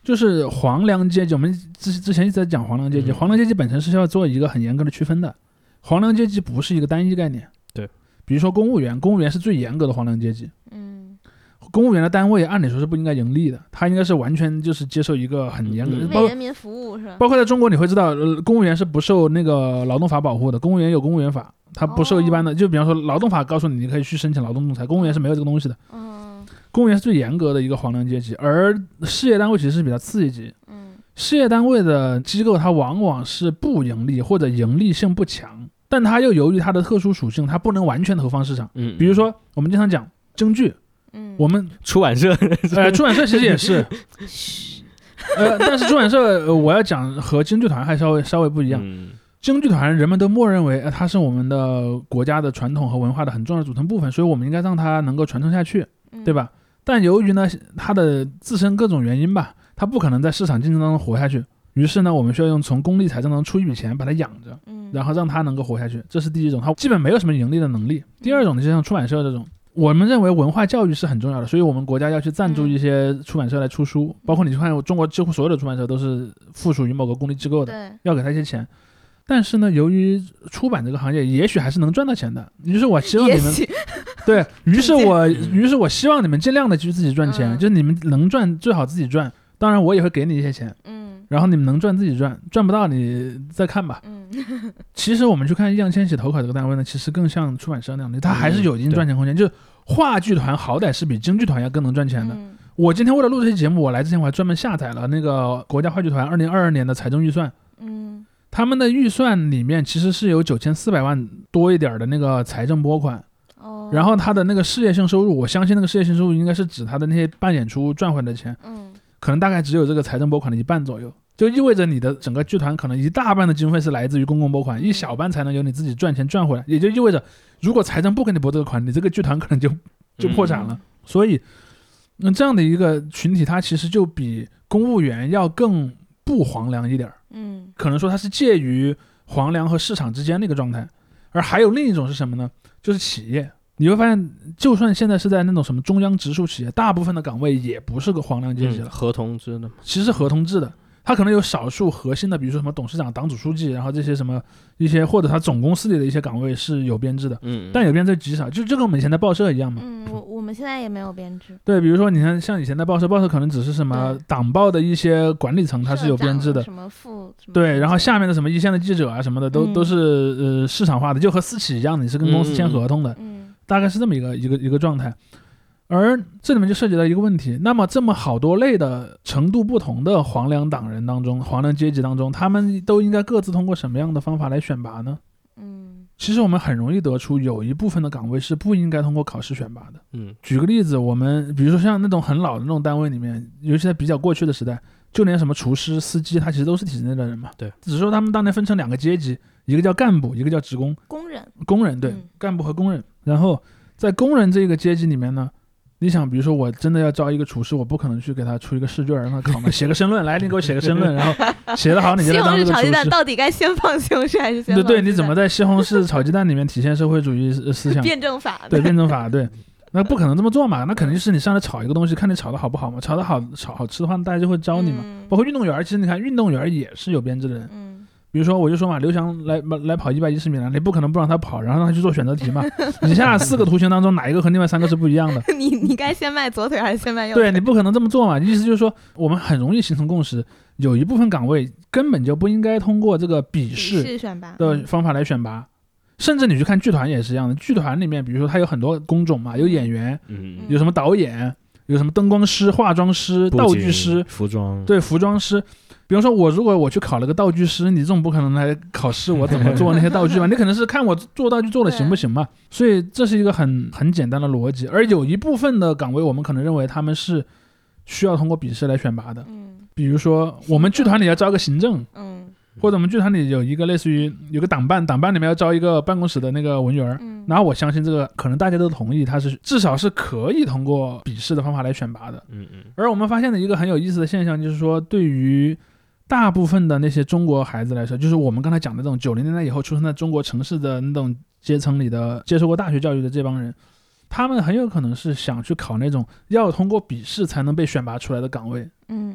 就是皇粮阶级，我们之前一直在讲皇粮阶级，皇粮阶级本身是要做一个很严格的区分的，皇粮阶级不是一个单一概念。 对， 比如说公务员是最严格的皇粮阶级。公务员的单位按理说是不应该盈利的，他应该是完全就是接受一个很严格的为人民服务是吧？ 包括在中国你会知道，公务员是不受那个劳动法保护的，公务员有公务员法，他不受一般的，就比方说劳动法告诉你可以去申请劳动仲裁，公务员是没有这个东西的。公务员是最严格的一个皇粮阶级，而事业单位其实是比较次一级。事业单位的机构它往往是不盈利或者盈利性不强，但它又由于它的特殊属性，它不能完全投放市场。比如说我们经常讲京剧。我们出版社， 出版社其实也是，但是出版社我要讲和京剧团还稍微不一样。京剧团人们都默认为它是我们的国家的传统和文化的很重要的组成部分，所以我们应该让它能够传承下去，对吧？但由于呢它的自身各种原因吧，它不可能在市场竞争当中活下去，于是呢我们需要用从公立财政当中出一笔钱把它养着，然后让它能够活下去，这是第一种，它基本没有什么盈利的能力。第二种就像出版社这种，我们认为文化教育是很重要的，所以我们国家要去赞助一些出版社来出书，包括你看中国几乎所有的出版社都是附属于某个公立机构的，要给他一些钱。但是呢，由于出版这个行业也许还是能赚到钱的，于是我希望你们对于是我希望你们尽量的去自己赚钱，就是你们能赚最好自己赚，当然我也会给你一些钱，然后你们能赚自己赚，赚不到你再看吧。其实我们去看易烊千玺投考这个单位呢，其实更像出版社那样的，它还是有一定赚钱空间。就是话剧团好歹是比京剧团要更能赚钱的。我今天为了录这期节目，我来之前我还专门下载了那个国家话剧团2022年的财政预算。他们的预算里面其实是有9400万多一点的那个财政拨款。然后他的那个事业性收入，我相信那个事业性收入应该是指他的那些办演出赚回来的钱。可能大概只有这个财政拨款的一半左右，就意味着你的整个剧团可能一大半的经费是来自于公共拨款，一小半才能由你自己赚钱赚回来，也就意味着如果财政不给你拨这个款，你这个剧团可能就破产了。所以这样的一个群体，它其实就比公务员要更不皇粮一点，可能说它是介于皇粮和市场之间的一个状态。而还有另一种是什么呢？就是企业。你会发现，就算现在是在那种什么中央直属企业，大部分的岗位也不是个皇粮阶级了， 合同制的， 其实是合同制的。它可能有少数核心的，比如说什么董事长、党组书记，然后这些什么一些或者它总公司里的一些岗位是有编制的，但有编制极少，就跟我们以前在报社一样嘛。 我们现在也没有编制。 对，比如说你看像以前在报社可能只是什么党报的一些管理层，它是有编制的， 什么副对，然后下面的什么一线的记者啊什么的都是市场化的，就和私企一样，你是跟公司签合同的。大概是这么一个状态。而这里面就涉及到一个问题，那么这么好多类的程度不同的皇粮党人当中，皇粮阶级当中，他们都应该各自通过什么样的方法来选拔呢？其实我们很容易得出有一部分的岗位是不应该通过考试选拔的。举个例子，我们比如说像那种很老的那种单位里面，尤其在比较过去的时代，就连什么厨师、司机，他其实都是体制内的人嘛。 对， 只是说他们当年分成2个阶级，一个叫干部，一个叫职工。工人对，干部和工人。然后在工人这个阶级里面呢，你想比如说我真的要招一个厨师，我不可能去给他出一个试卷让他考嘛，写个申论来，你给我写个申论，然后写得好你就来当这个厨师。西红柿炒鸡蛋到底该先放西红柿还是先放？ 对，你怎么在西红柿炒鸡蛋里面体现社会主义思想？ 辩证法。 对，辩证法。对，那不可能这么做嘛，那肯定是你上来炒一个东西，看你炒的好不好嘛，炒的好炒好吃的话，大家就会招你嘛。包括运动员，其实你看运动员也是有编制的人。比如说我就说嘛，刘翔来跑110米了，你不可能不让他跑，然后让他去做选择题嘛。你下4个图形当中哪一个和另外3个是不一样的？ 你该先迈左腿还是先迈右腿？ 对，你不可能这么做嘛。意思就是说，我们很容易形成共识，有一部分岗位根本就不应该通过这个笔试的方法来选拔。甚至你去看剧团也是一样的，剧团里面比如说它有很多工种嘛，有演员，有什么导演，有什么灯光师、化妆师、道具师、 服装， 对，服装师。比方说如果我去考了个道具师，你总不可能来考试我怎么做那些道具吧？你可能是看我做道具做的行不行嘛。所以这是一个很简单的逻辑。而有一部分的岗位我们可能认为他们是需要通过笔试来选拔的。比如说我们剧团里要招个行政，或者我们剧团里有一个类似于有个党办里面要招一个办公室的那个文员，然后我相信这个可能大家都同意，他是至少是可以通过笔试的方法来选拔的。而我们发现的一个很有意思的现象就是说，对于大部分的那些中国孩子来说，就是我们刚才讲的这种90年代以后出生在中国城市的那种阶层里的接受过大学教育的这帮人，他们很有可能是想去考那种要通过笔试才能被选拔出来的岗位。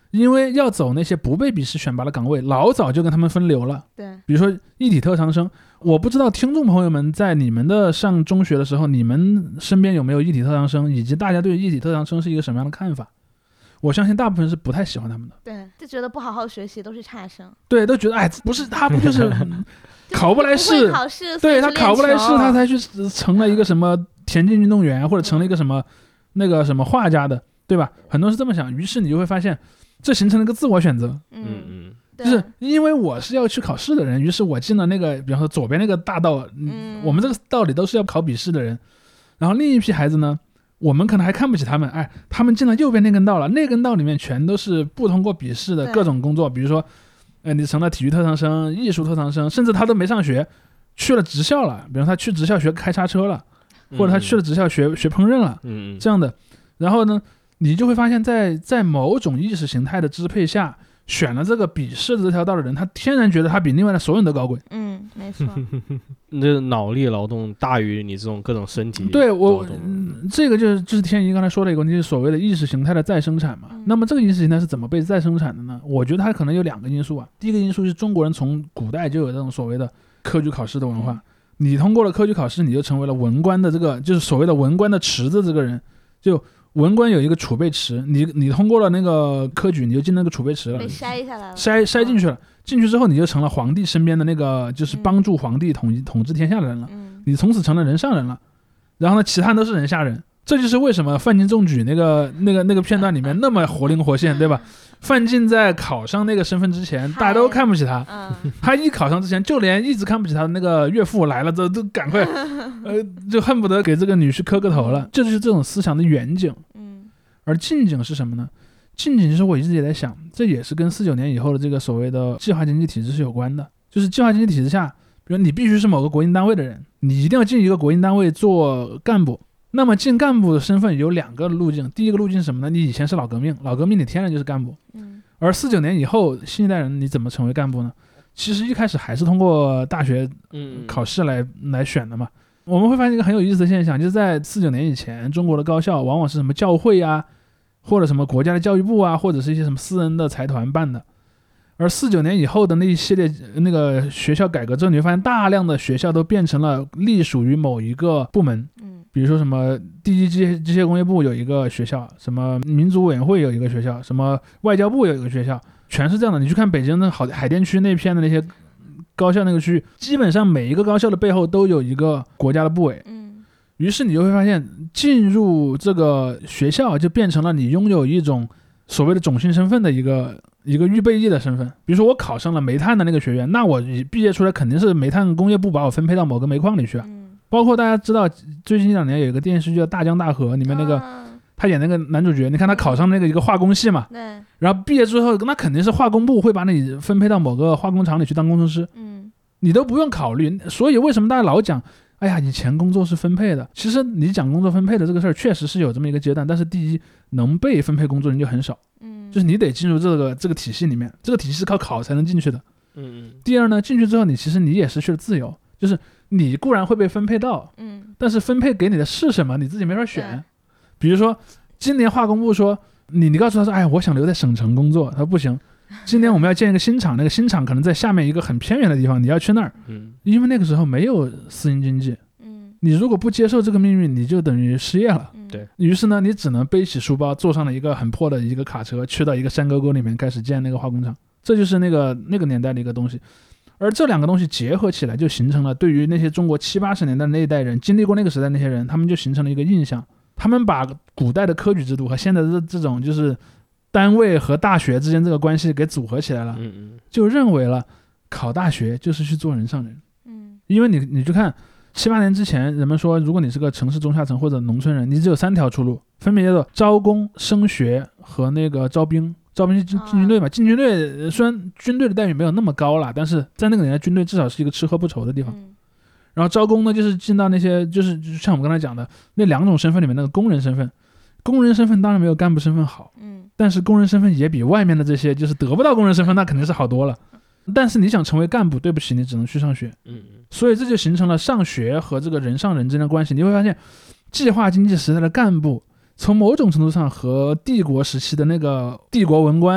因为要走那些不被笔试选拔的岗位，老早就跟他们分流了。 对， 比如说一体特长生，我不知道听众朋友们在你们的上中学的时候，你们身边有没有一体特长生，以及大家对一体特长生是一个什么样的看法？我相信大部分是不太喜欢他们的。 对，就觉得不好好学习都是差生。 对，都觉得哎，不是他不就是考不来试，对他考不来试，他才去成了一个什么田径运动员，或者成了一个什么那个什么画家的，对吧？很多人是这么想，于是你就会发现，这形成了一个自我选择。就是因为我是要去考试的人，于是我进了那个，比方说左边那个大道，我们这个道里都是要考笔试的人，然后另一批孩子呢，我们可能还看不起他们，哎，他们进了右边那根道了，那根道里面全都是不通过笔试的各种工作，比如说，你成了体育特长生、艺术特长生，甚至他都没上学，去了职校了，比如他去职校学开叉车了，或者他去了职校学烹饪了，这样的，然后呢，你就会发现在某种意识形态的支配下，选了这个笔试的这条道的人，他天然觉得他比另外的所有人都高贵。 没错。 这脑力劳动大于你这种各种身体。 对我，这个就是天一刚才说的一个问题，就是所谓的意识形态的再生产嘛。那么这个意识形态是怎么被再生产的呢？我觉得它可能有2个因素啊。第一个因素是中国人从古代就有这种所谓的科举考试的文化，你通过了科举考试，你就成为了文官的这个，就是所谓的文官的池子，这个人就。文官有一个储备池，你通过了那个科举，你就进那个储备池了， 被筛下来了， 筛进去了。进去之后，你就成了皇帝身边的那个，就是帮助皇帝统治天下的人了。你从此成了人上人了。然后呢，其他人都是人下人。这就是为什么范进中举那个片段里面那么活灵活现，对吧？范进在考上那个身份之前，大家都看不起他。他一考上之前，就连一直看不起他的那个岳父来了都赶快，就恨不得给这个女婿磕个头了。这就是这种思想的远景。而近景是什么呢？近景就是我一直也在想，这也是跟49年以后的这个所谓的计划经济体制是有关的。就是计划经济体制下，比如你必须是某个国营单位的人，你一定要进一个国营单位做干部。那么进干部的身份有2个路径，第一个路径是什么呢？你以前是老革命你天然就是干部。而49年以后新一代人你怎么成为干部呢？其实一开始还是通过大学考试来选的嘛。我们会发现一个很有意思的现象，就是在49年以前，中国的高校往往是什么教会啊，或者什么国家的教育部啊，或者是一些什么私人的财团办的。而49年以后的那一系列那个学校改革之后，你会发现大量的学校都变成了隶属于某一个部门。比如说什么第一机械工业部有一个学校，什么民族委员会有一个学校，什么外交部有一个学校，全是这样的。你去看北京的海淀区那片的那些高校那个区域，基本上每一个高校的背后都有一个国家的部委。于是你就会发现，进入这个学校就变成了你拥有一种所谓的种姓身份的一个预备役的身份。比如说我考上了煤炭的那个学院，那我毕业出来肯定是煤炭工业部把我分配到某个煤矿里去啊。包括大家知道最近1-2年有一个电视剧叫《大江大河》，里面那个他演那个男主角，你看他考上那个一个化工系嘛， 对， 然后毕业之后那肯定是化工部会把你分配到某个化工厂里去当工程师，你都不用考虑。所以为什么大家老讲哎呀以前工作是分配的，其实你讲工作分配的这个事儿确实是有这么一个阶段，但是第一能被分配工作人就很少，就是你得进入这个体系里面，这个体系是靠考才能进去的。第二呢，进去之后其实你也失去了自由，就是你固然会被分配到，但是分配给你的是什么你自己没法选。比如说今年化工部说你告诉他说哎我想留在省城工作，他说不行，今年我们要建一个新厂，那个新厂可能在下面一个很偏远的地方，你要去那儿，因为那个时候没有私营经济，你如果不接受这个命运，你就等于失业了。 对， 于是呢你只能背起书包，坐上了一个很破的一个卡车，去到一个山沟沟里面开始建那个化工厂。这就是那个年代的一个东西。而这2个东西结合起来，就形成了对于那些中国70、80年代那一代人经历过那个时代那些人，他们就形成了一个印象。他们把古代的科举制度和现在的这种就是单位和大学之间这个关系给组合起来了，就认为了考大学就是去做人上人。因为你去看7、8年之前，人们说如果你是个城市中下层或者农村人，你只有3条出路，分别叫做招工、升学和那个招兵。招兵进军队嘛，进军队虽然军队的待遇没有那么高啦，但是在那个年代军队至少是一个吃喝不愁的地方。然后招工呢，就是进到那些就是像我们刚才讲的那2种身份里面那个工人身份。工人身份当然没有干部身份好，但是工人身份也比外面的这些就是得不到工人身份那肯定是好多了。但是你想成为干部，对不起，你只能去上学。所以这就形成了上学和这个人上人之间的关系。你会发现计划经济时代的干部从某种程度上和帝国时期的那个帝国文官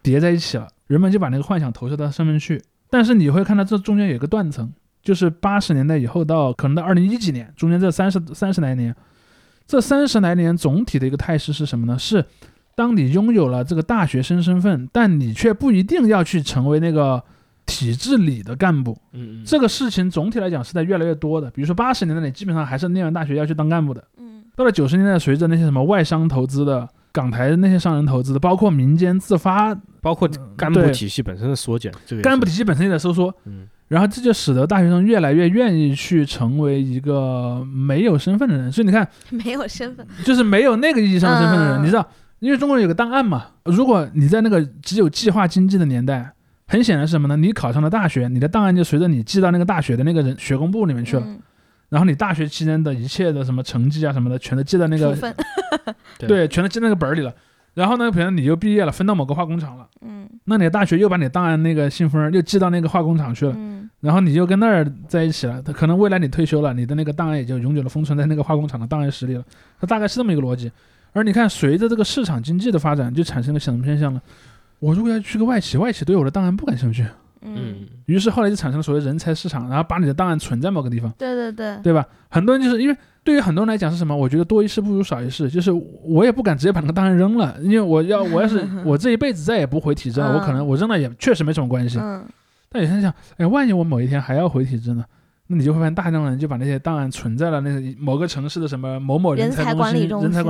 叠在一起了，人们就把那个幻想投射到上面去。但是你会看到这中间有一个断层，就是80年代以后到可能到2010几年，中间这30来年，这30来年总体的一个态势是什么呢？是当你拥有了这个大学生身份，但你却不一定要去成为那个体制里的干部。这个事情总体来讲是在越来越多的。比如说80年代你基本上还是念完大学要去当干部的。到了90年代，随着那些什么外商投资的、港台的那些商人投资的，包括民间自发， 包括干部体系本身的缩减， 干部体系本身也在收缩。然后这就使得大学生越来越愿意去成为一个没有身份的人。所以你看， 没有身份就是没有那个意义上的身份的人。你知道，因为中国人有个档案嘛，如果你在那个只有计划经济的年代，很显然是什么呢？你考上了大学，你的档案就随着你寄到那个大学的那个学工部里面去了。然后你大学期间的一切的什么成绩啊什么的，全都记到那个对，全都记那个本里了。然后呢，比如你又毕业了，分到某个化工厂了，那你的大学又把你档案那个信封又寄到那个化工厂去了，然后你就跟那儿在一起了。可能未来你退休了，你的那个档案也就永久的封存在那个化工厂的档案室里了。它大概是这么一个逻辑。而你看，随着这个市场经济的发展，就产生了什么现象呢？我如果要去个外企，外企对我的档案不感兴趣。于是后来就产生了所谓人才市场，然后把你的档案存在某个地方。对吧？很多人就是因为对于很多人来讲是什么？我觉得多一事不如少一事，就是我也不敢直接把那个档案扔了，因为我要是我这一辈子再也不回体制了，我可能我扔了也确实没什么关系。但有些人想，哎，万一我某一天还要回体制呢？那你就会发现大量的人就把那些档案存在了那个某个城市的什么某某人才管理中心。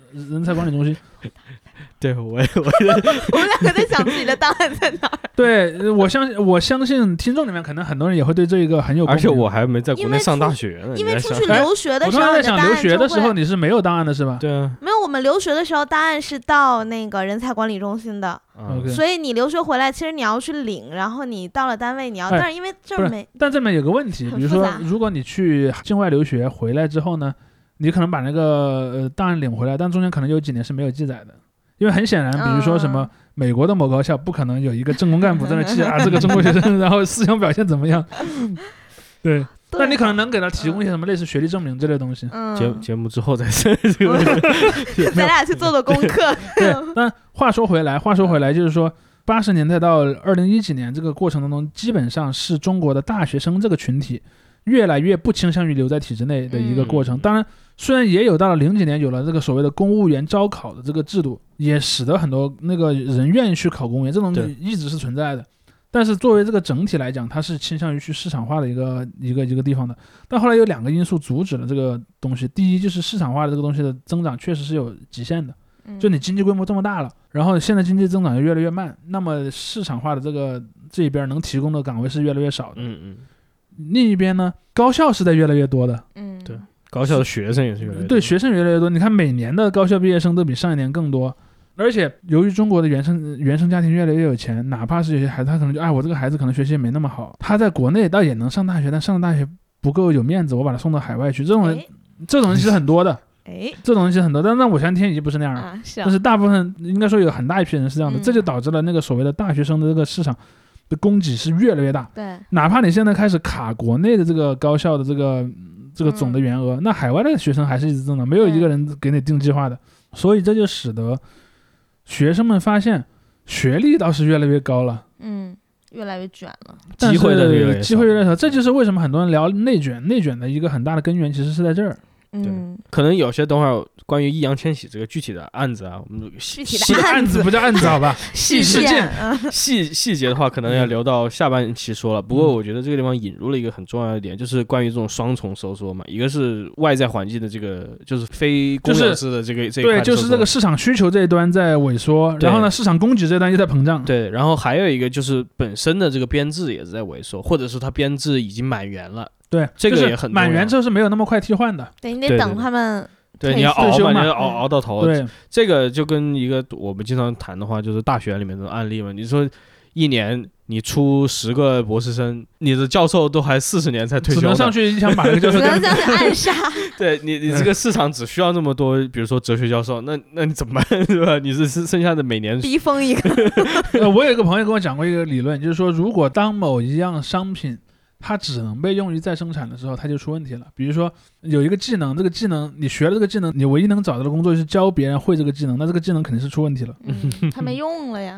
对， 我们两个在想自己的档案在哪儿。 对，我相信听众里面可能很多人也会对这一个很有共鸣。 而且我还没在国内上大学呢。 因为出去留学的时候， 我刚才在想留学的时候你是没有档案的是吧？ 对啊， 没有，我们留学的时候档案是到那个人才管理中心的。所以你留学回来，其实你要去领，然后你到了单位你要，但是因为这儿没。 但这里面有个问题，比如说如果你去境外留学回来之后呢，你可能把那个档案领回来，但中间可能有几年是没有记载的。因为很显然，比如说什么美国的某高校不可能有一个政工干部在那记啊这个中国学生然后思想表现怎么样。对，那你可能能给他提供一些什么类似学历证明这类东西。 节目之后再说这个咱俩去做功课。 对，但话说回来就是说80年代到2010几年这个过程当中，基本上是中国的大学生这个群体越来越不倾向于留在体制内的一个过程。当然虽然也有到了00几年有了这个所谓的公务员招考的这个制度，也使得很多那个人愿意去考公务员，这种一直是存在的。但是作为这个整体来讲，它是倾向于去市场化的一个地方的。但后来有2个因素阻止了这个东西。第一就是市场化的这个东西的增长确实是有极限的，就你经济规模这么大了，然后现在经济增长又越来越慢，那么市场化的这一边能提供的岗位是越来越少的。另一边呢，高校是在越来越多的。 对，高校的学生也是越来越多。 对，学生越来越多。你看每年的高校毕业生都比上一年更多。而且由于中国的原生家庭越来越有钱，哪怕是有些孩子他可能就我这个孩子可能学习也没那么好，他在国内倒也能上大学，但上了大学不够有面子，我把他送到海外去。这种人其实很多的。这种人其实很多，但我相信天一不是那样但是大部分应该说有很大一批人是这样的。这就导致了那个所谓的大学生的这个市场的供给是越来越大。 对， 哪怕你现在开始卡国内的这个高校的这个总的员额，那海外的学生还是一直增长，没有一个人给你定计划的。所以这就使得学生们发现学历倒是越来越高了， 越来越卷了， 机会越来越少。这就是为什么很多人聊内卷的一个很大的根源，其实是在这儿。 对，可能有些等会儿关于易烊千玺这个具体的案子啊，我们具体的案子不叫案子好吧？ 事件细节的话，可能要留到下半期说了。不过我觉得这个地方引入了一个很重要的点，就是关于这种双重收缩嘛，一个是外在环境的这个，就是非公有制的这一块， 对，就是这个市场需求这一端在萎缩，然后呢，市场供给这一端又在膨胀。 对，然后还有一个就是本身的这个编制也是在萎缩，或者是它编制已经满员了。 对， 这个也很重要， 满员之后是没有那么快替换的。 对，你得等他们。 对，你要熬嘛，你要熬到头。 对， 这个就跟一个我们经常谈的话，就是大学里面的案例嘛。你说一年你出10个博士生，你的教授都还40年才退休， 只能上去一枪把那个教授只能上去暗杀。 对你这个市场只需要那么多，比如说哲学教授，那你怎么办，对吧？你是剩下的每年逼疯一个。 我有一个朋友跟我讲过一个理论，就是说，如果当某一样商品它只能被用于再生产的时候，它就出问题了。比如说有一个技能，这个技能你学了这个技能，你唯一能找到的工作是教别人会这个技能，那这个技能肯定是出问题了。 它没用了呀。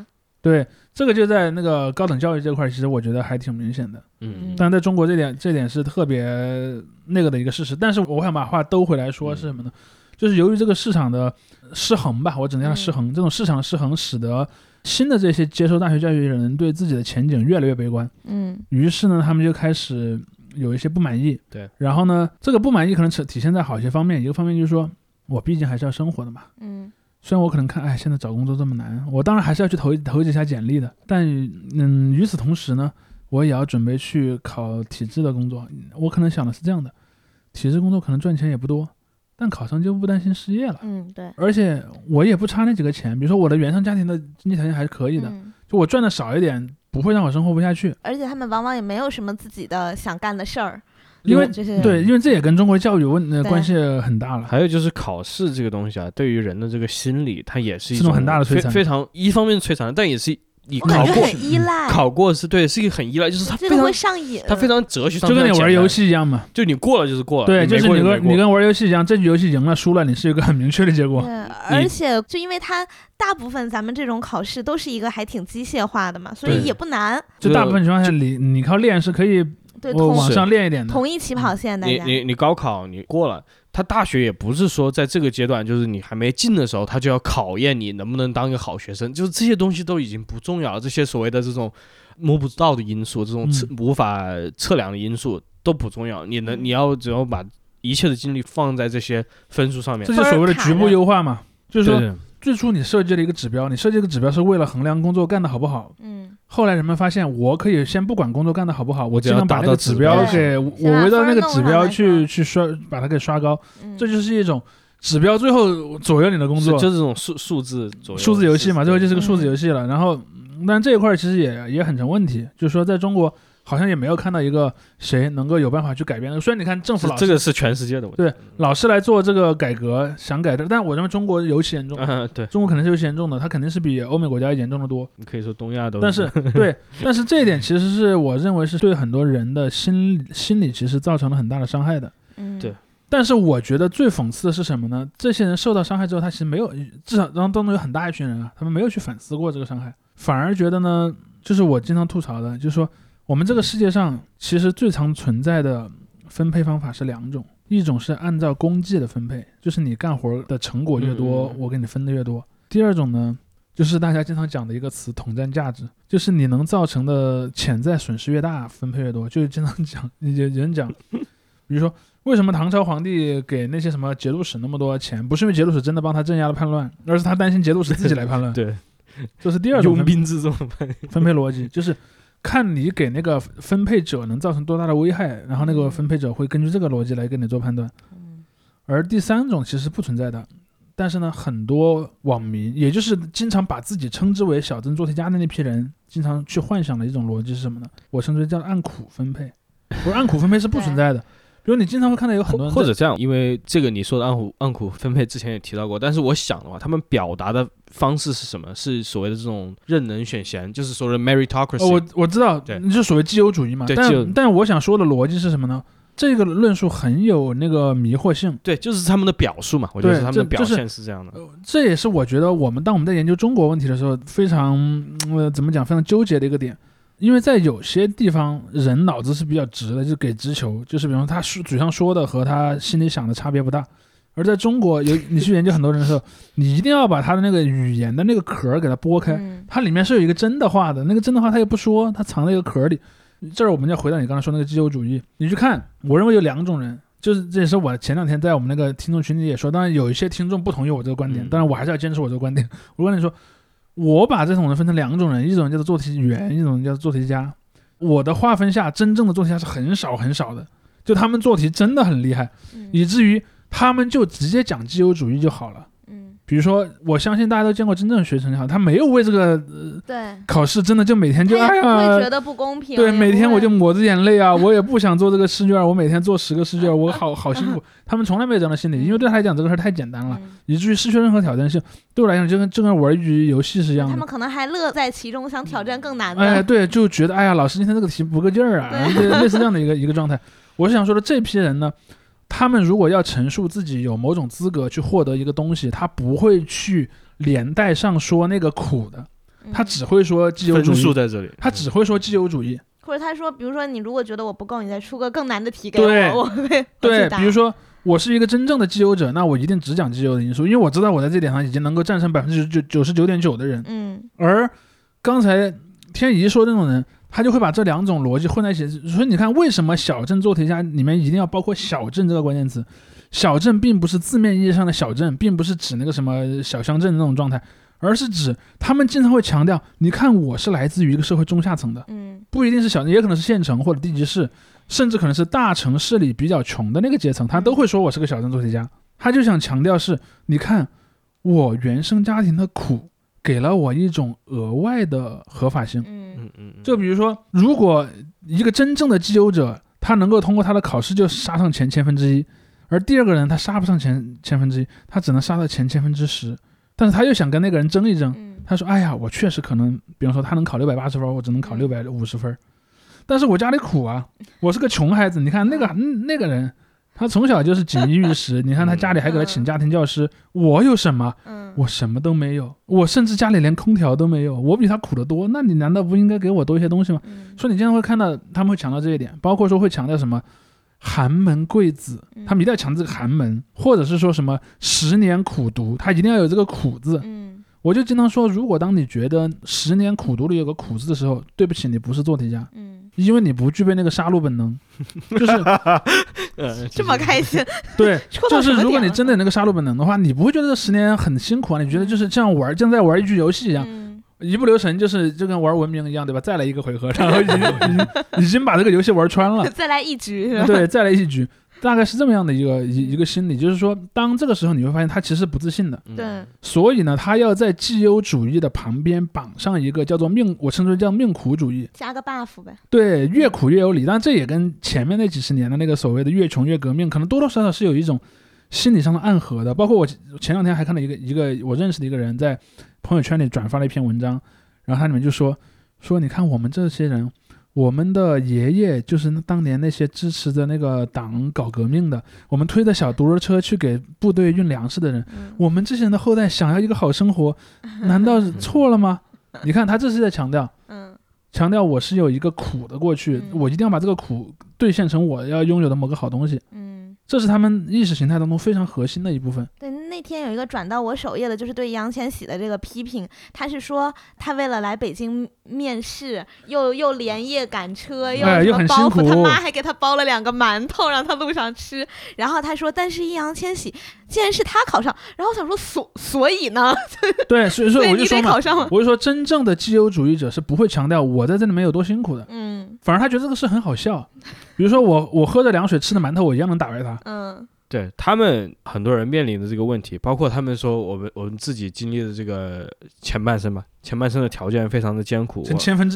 对，这个就在那个高等教育这块，其实我觉得还挺明显的。但在中国这点是特别那个的一个事实。但是我想把话兜回来说是什么呢？就是由于这个市场的失衡吧，我只能叫它失衡。这种市场的失衡使得新的这些接受大学教育的人对自己的前景越来越悲观。于是呢，他们就开始有一些不满意。 对， 然后呢，这个不满意可能体现在好些方面。一个方面就是说，我毕竟还是要生活的嘛。虽然我可能看，现在找工作这么难，我当然还是要去投几下简历的。但与此同时呢，我也要准备去考体制的工作。我可能想的是这样的，体制工作可能赚钱也不多，但考上就不担心失业了。 对。 而且我也不差那几个钱，比如说我的原生家庭的经济条件还是可以的，就我赚的少一点，不会让我生活不下去。 而且他们往往也没有什么自己的想干的事儿。 因为这也跟中国教育关系很大了。 还有就是考试这个东西啊，对于人的这个心理，它也是一种很大的摧残， 非常一方面摧残，但也是你考过是对，是一个很依赖，就是它非常会上瘾， 它非常哲学上， 就跟你玩游戏一样嘛， 就你过了就是过了， 对，就是你跟玩游戏一样，这局游戏赢了输了，你是有个很明确的结果。 对，而且就因为它大部分咱们这种考试都是一个还挺机械化的嘛，所以也不难。 就大部分情况下，你靠练是可以。往上练一点的， 同一起跑线的。 你高考你过了，他大学也不是说在这个阶段，就是你还没进的时候，他就要考验你能不能当一个好学生，就是这些东西都已经不重要了，这些所谓的这种摸不到的因素，这种无法测量的因素都不重要，你只要把一切的精力放在这些分数上面， 这就所谓的局部优化嘛，就是说最初你设计了一个指标，你设计这个指标是为了衡量工作干得好不好。后来人们发现，我可以先不管工作干得好不好，我尽量把那个指标给我围绕那个指标去刷，把它给刷高。这就是一种指标最后左右你的工作， 就是这种数字左右数字游戏嘛，最后就是个数字游戏了。然后，但这一块其实也很成问题，就是说在中国。好像也没有看到一个谁能够有办法去改变。虽然你看政府老师， 这个是全世界的问题。 对，老师来做这个改革，想改的，但我认为中国尤其严重。 对， 中国可能是尤其严重的，它肯定是比欧美国家严重的多。 你可以说东亚都。 但是对，但是这一点其实是我认为是对很多人的心理其实造成了很大的伤害的。 对。 但是我觉得最讽刺的是什么呢？这些人受到伤害之后，他其实没有，至少当中有很大一群人啊，他们没有去反思过这个伤害，反而觉得呢，就是我经常吐槽的，就是说。我们这个世界上其实最常存在的分配方法是两种，一种是按照功绩的分配，就是你干活的成果越多，我给你分的越多。第二种呢，就是大家经常讲的一个词，统战价值，就是你能造成的潜在损失越大，分配越多。就经常讲，有人讲，比如说为什么唐朝皇帝给那些什么节度使那么多钱，不是因为节度使真的帮他镇压了叛乱，而是他担心节度使自己来叛乱。 对， 这是第二种拥兵自重分配逻辑，就是看你给那个分配者能造成多大的危害，然后那个分配者会根据这个逻辑来跟你做判断。而第三种其实不存在的，但是呢，很多网民，也就是经常把自己称之为小镇做题家的那批人，经常去幻想的一种逻辑是什么呢？我称之为叫按苦分配。我说按苦分配是不存在的。比如你经常会看到有很多人或者这样，因为这个你说的按苦分配之前也提到过，但是我想的话，他们表达的方式是什么？是所谓的这种任人选贤，就是所谓的 meritocracy。 我知道，就是所谓绩优主义嘛。但我想说的逻辑是什么呢？这个论述很有那个迷惑性。 对，就是他们的表述嘛，我觉得他们的表现是这样的。 这也是我觉得当我们在研究中国问题的时候，非常怎么讲，非常纠结的一个点。因为在有些地方人脑子是比较直的，就是给直球，就是比方他嘴上说的和他心里想的差别不大。而在中国你去研究很多人的时候，你一定要把他的那个语言的那个壳给它剥开，它里面是有一个真的话的，那个真的话他也不说，他藏在一个壳里。这儿我们要回到你刚才说那个绩优主义，你去看，我认为有两种人，就是这也是我前两天在我们那个听众群里也说，当然有一些听众不同意我这个观点，当然我还是要坚持我这个观点。我观点说，我把这种人分成两种人，一种叫做做题员，一种叫做做题家。我的划分下，真正的做题家是很少很少的，就他们做题真的很厉害，以至于他们就直接讲绩优主义就好了。比如说，我相信大家都见过真正的学生好，他没有为这个考试真的就每天就哎呀，会觉得不公平。 对，每天我就抹着眼泪啊，我也不想做这个试卷，我每天做10个试卷，我好辛苦。他们从来没有这样的心理，因为对他来讲这个事太简单了，以至于失去任何挑战性。对我来讲，就跟玩一局游戏是一样的。 他们可能还乐在其中，想挑战更难的。 哎，对，就觉得哎呀，老师今天这个题不够劲儿啊，类似这样的一个状态。我是想说的，这批人呢，他们如果要陈述自己有某种资格去获得一个东西，他不会去连带上说那个苦的， 他只会说既有主义， 分数在这里， 他只会说既有主义， 或者他说，比如说你如果觉得我不够，你再出个更难的题给我会对，比如说我是一个真正的既有者，那我一定只讲既有的因素，因为我知道我在这点上已经能够战胜99.9%的人。而刚才天怡说的那种人，他就会把这两种逻辑混在一起。所以你看，为什么小镇做题家里面一定要包括小镇这个关键词？小镇并不是字面意义上的小镇，并不是指那个什么小乡镇那种状态，而是指他们经常会强调，你看我是来自于一个社会中下层的，不一定是小镇，也可能是县城或者地级市，甚至可能是大城市里比较穷的那个阶层，他都会说我是个小镇做题家。他就想强调是，你看我原生家庭的苦给了我一种额外的合法性。就比如说，如果一个真正的既有者，他能够通过他的考试就杀上前1/1000，而第二个人他杀不上前1/1000，他只能杀到前10%，但是他又想跟那个人争一争，他说哎呀，我确实可能，比方说他能考680分，我只能考650分，但是我家里苦啊，我是个穷孩子。你看那个人，他从小就是锦衣玉食，你看他家里还给他请家庭教师，我有什么？我什么都没有，我甚至家里连空调都没有，我比他苦得多，那你难道不应该给我多一些东西吗？所以你经常会看到他们会强调这一点，包括说会强调什么寒门贵子，他们一定要强调这个寒门，或者是说什么10年苦读，他一定要有这个苦字。我就经常说，如果当你觉得10年苦读里有个苦字的时候，对不起，你不是做题家，因为你不具备那个杀戮本能，就是这么开心。 对，就是如果你真的有那个杀戮本能的话，你不会觉得这10年很辛苦啊，你觉得就是像在玩一局游戏一样，一不留神就跟玩文明一样，对吧？再来一个回合，然后已经把这个游戏玩穿了， 再来一局是吧？ 对，再来一局。大概是这么样的一个心理，就是说当这个时候你会发现他其实不自信的， 对， 所以呢他要在既有主义的旁边绑上一个叫做我称之为叫命苦主义， 加个 buff 呗。 对，越苦越有理。但这也跟前面那几十年的那个所谓的越穷越革命可能多多少少是有一种心理上的暗合的。包括我前两天还看到一个我认识的一个人在朋友圈里转发了一篇文章，然后他里面就说你看我们这些人，我们的爷爷就是当年那些支持着那个党搞革命的，我们推着小独轮车去给部队运粮食的人，我们这些人的后代想要一个好生活，难道错了吗？你看他这是在强调我是有一个苦的过去，我一定要把这个苦兑现成我要拥有的某个好东西。这是他们意识形态当中非常核心的一部分。 对，那天有一个转到我首页的，就是对易烊千玺的这个批评。他是说他为了来北京面试，又连夜赶车，又很辛苦， 他妈还给他包了2个馒头让他路上吃。然后他说，但是易烊千玺既然是他考上，然后我想说所以呢？ 对，所以说我就说嘛， 我就说真正的既有主义者是不会强调我在这里面有多辛苦的，反而他觉得这个事很好笑。比如说我喝着凉水吃的馒头，我一样能打败他。 对，他们很多人面临的这个问题，包括他们说我们自己经历的这个前半生吧，前半生的条件非常的艰苦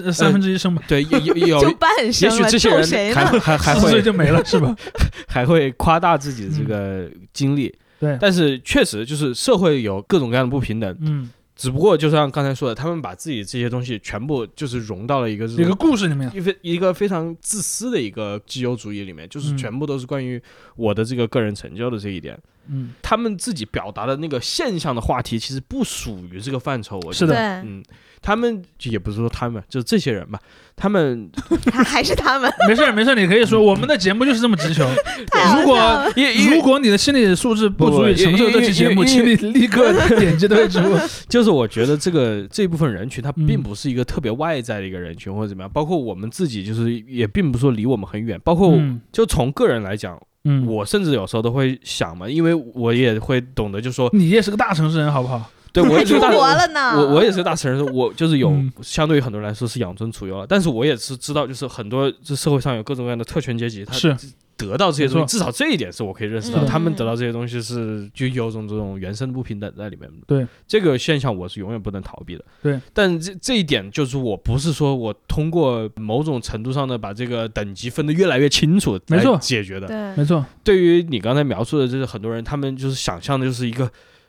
1/3生吧。 对，有就半生了， 也许这些人还会4岁就没了是吧？ 还会夸大自己的这个经历。 对， 但是确实就是社会有各种各样的不平等。只不过就像刚才说的，他们把自己这些东西全部就是融到了一个故事里面， 一个非常自私的一个既有主义里面，就是全部都是关于我的这个个人成就的这一点。他们自己表达的那个现象的话题其实不属于这个范畴。我觉得是的， 他们也不是说他们，就是这些人吧，他们还是他们。 没事，你可以说我们的节目就是这么直球。如果你的心理素质不足以承受这期节目，请你立刻点击退出。 就是我觉得这部分人群，他并不是一个特别外在的一个人群或者怎么样，包括我们自己，就是也并不是说离我们很远，包括就从个人来讲。我甚至有时候都会想嘛，因为我也会懂得，就说你也是个大城市人，好不好？ 对，我也是个大出国了呢。 我也是个大城市人，我就是有相对于很多人来说是养尊处优了，但是我也是知道，就是很多这社会上有各种各样的特权阶级，他是得到这些东西，至少这一点是我可以认识到，他们得到这些东西是就有种这种原生不平等在里面。 对， 这个现象我是永远不能逃避的。 对， 但这一点就是我不是说我通过某种程度上的把这个等级分得越来越清楚来解决的。 对， 没错。 对于你刚才描述的，就是很多人他们就是想象的就是一个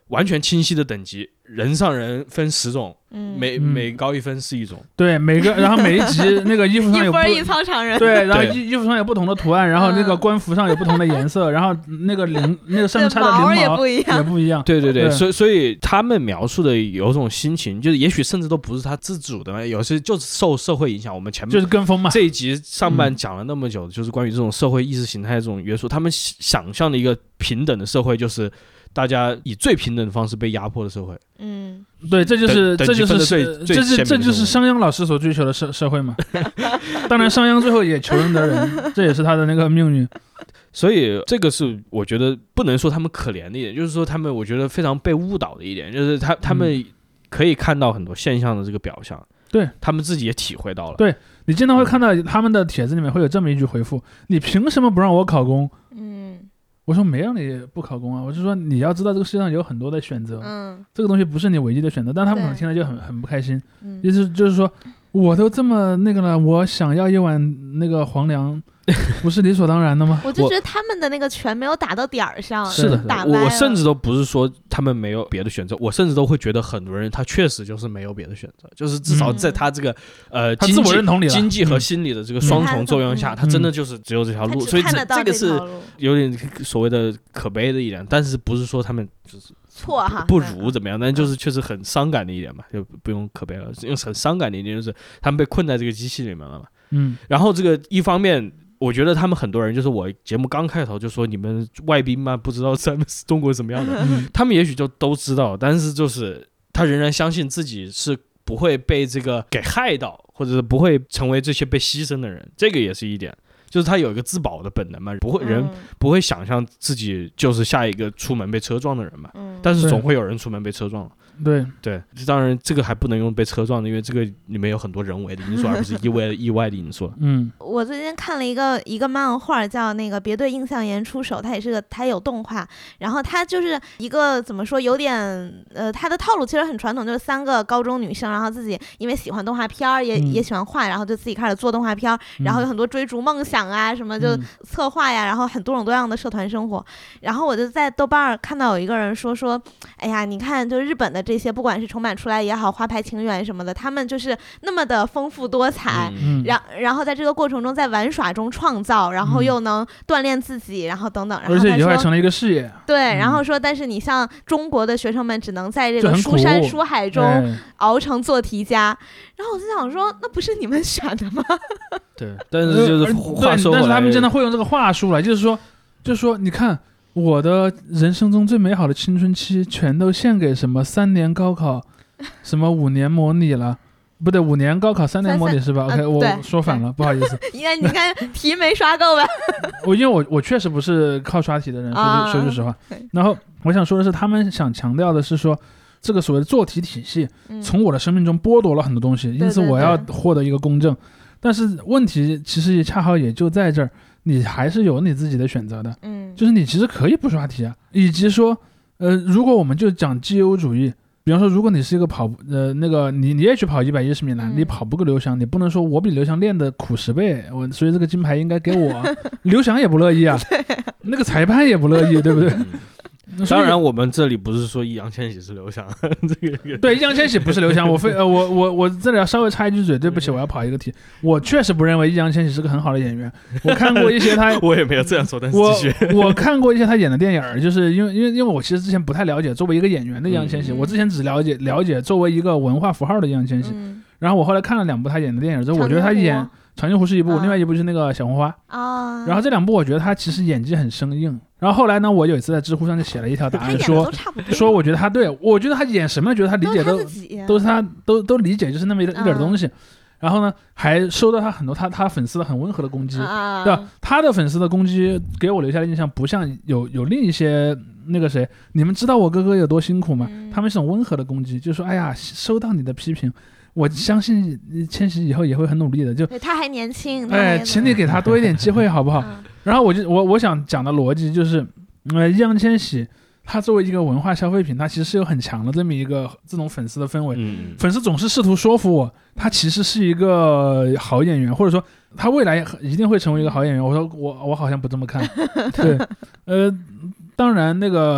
完全清晰的等级，人上人分10种，每高一分是一种。 对，然后每一集那个衣服上有一分一操场人。 对，然后衣服上有不同的图案，然后那个官服上有不同的颜色，然后那个上面插的翎毛也不一样。 对对，所以他们描述的有种心情，就是也许甚至都不是他自主的，有些就是受社会影响。我们前面就是跟风嘛。 这一集上半讲了那么久，就是关于这种社会意识形态的这种约束，他们想象的一个平等的社会就是大家以最平等的方式被压迫的社会。 对，这就是商鞅老师所追求的社会嘛。当然，商鞅最后也求仁得仁，这也是他的那个命运。 所以这个是我觉得不能说他们可怜的一点，就是说他们我觉得非常被误导的一点，就是他们可以看到很多现象的这个表象， 对他们自己也体会到了。 对，你经常会看到他们的帖子里面会有这么一句回复：你凭什么不让我考公？我说没让你不考公啊，我是说你要知道这个世界上有很多的选择，这个东西不是你唯一的选择。但他们可能听了就很不开心，意思就是说我都这么那个了，我想要一碗那个皇粮，不是理所当然的吗？ 我就觉得他们的那个拳没有打到点儿上。 是的，我甚至都不是说他们没有别的选择，我甚至都会觉得很多人他确实就是没有别的选择，就是至少在他这个经济和心理的这个双重作用下，他真的就是只有这条路。所以这个是有点所谓的可悲的一点，但是不是说他们就是错哈不如怎么样，但就是确实很伤感的一点嘛，就不用可悲了，因为很伤感的一点就是他们被困在这个机器里面了嘛。然后这个一方面我觉得他们很多人就是我节目刚开头就说你们外宾嘛不知道咱们中国是怎么样的，他们也许就都知道，但是就是他仍然相信自己是不会被这个给害到，或者是不会成为这些被牺牲的人，这个也是一点，就是他有一个自保的本能嘛，人不会想象自己就是下一个出门被车撞的人嘛，但是总会有人出门被车撞了。对，当然这个还不能用被车撞的，因为这个里面有很多人为的因素，而不是意外的因素。 我最近看了一个漫画叫那个别对印象岩出手，它有动画，然后它就是一个怎么说有点它的套路其实很传统，就是3个高中女生，然后自己因为喜欢动画片也喜欢画，然后就自己开始做动画片，然后有很多追逐梦想啊什么就策划呀，然后很多种多样的社团生活。然后我就在豆瓣看到有一个人说哎呀你看就日本的这些不管是重版出来也好，花牌情缘什么的，他们就是那么的丰富多彩，然后在这个过程中在玩耍中创造，然后又能锻炼自己，然后等等，然后而且以后还成了一个事业。 对，然后说但是你像中国的学生们只能在这个书山书海中熬成做题家，然后我就想说那不是你们选的吗？ 对，但是就是话说回来， 但是他们真的会用这个话术来，就是说你看我的人生中最美好的青春期全都献给什么3年高考什么5年模拟了，不对，5年高考3年模拟是吧？OK，我说反了，不好意思。 应该你看题没刷够吧？ 因为我确实不是靠刷题的人，说句实话。然后我想说的是，他们想强调的是说，这个所谓的做题体系从我的生命中剥夺了很多东西，因此我要获得一个公正。但是问题其实恰好也就在这儿，你还是有你自己的选择的，就是你其实可以不刷题啊，以及说，如果我们就讲绩优主义，比方说，如果你是一个那个你也去跑110米栏，你跑不过刘翔，你不能说我比刘翔练的苦10倍，所以这个金牌应该给我，刘翔也不乐意啊，那个裁判也不乐意，对不对？ 当然，我们这里不是说易烊千玺是刘翔，这个对，易烊千玺不是刘翔。我这里要稍微插一句嘴，对不起，我要跑一个题。我确实不认为易烊千玺是个很好的演员。我看过一些他， 我也没有这样说，但是继续。 我看过一些他演的电影，就是因为我其实之前不太了解作为一个演员的易烊千玺，我之前只了解作为一个文化符号的易烊千玺。然后我后来看了2部他演的电影之后，我觉得他演长津湖是一部，另外一部就是那个小红花啊。然后这2部我觉得他其实演技很生硬。然后后来呢，我有一次在知乎上就写了一条答案，说我觉得他对，我觉得他演什么，觉得他理解都是他都理解，就是那么一点东西。然后呢，还收到他很多他粉丝的很温和的攻击，对吧？他的粉丝的攻击给我留下的印象不像有另一些那个谁，你们知道我哥哥有多辛苦吗？他们是种温和的攻击，就说哎呀，收到你的批评。我相信千玺以后也会很努力的，就他还年轻， 请你给他多一点机会好不好？然后我想讲的逻辑就是，易烊千玺他作为一个文化消费品，他其实是有很强的这种粉丝的氛围，粉丝总是试图说服我，他其实是一个好演员，或者说他未来一定会成为一个好演员。我说我好像不这么看，对，当然那个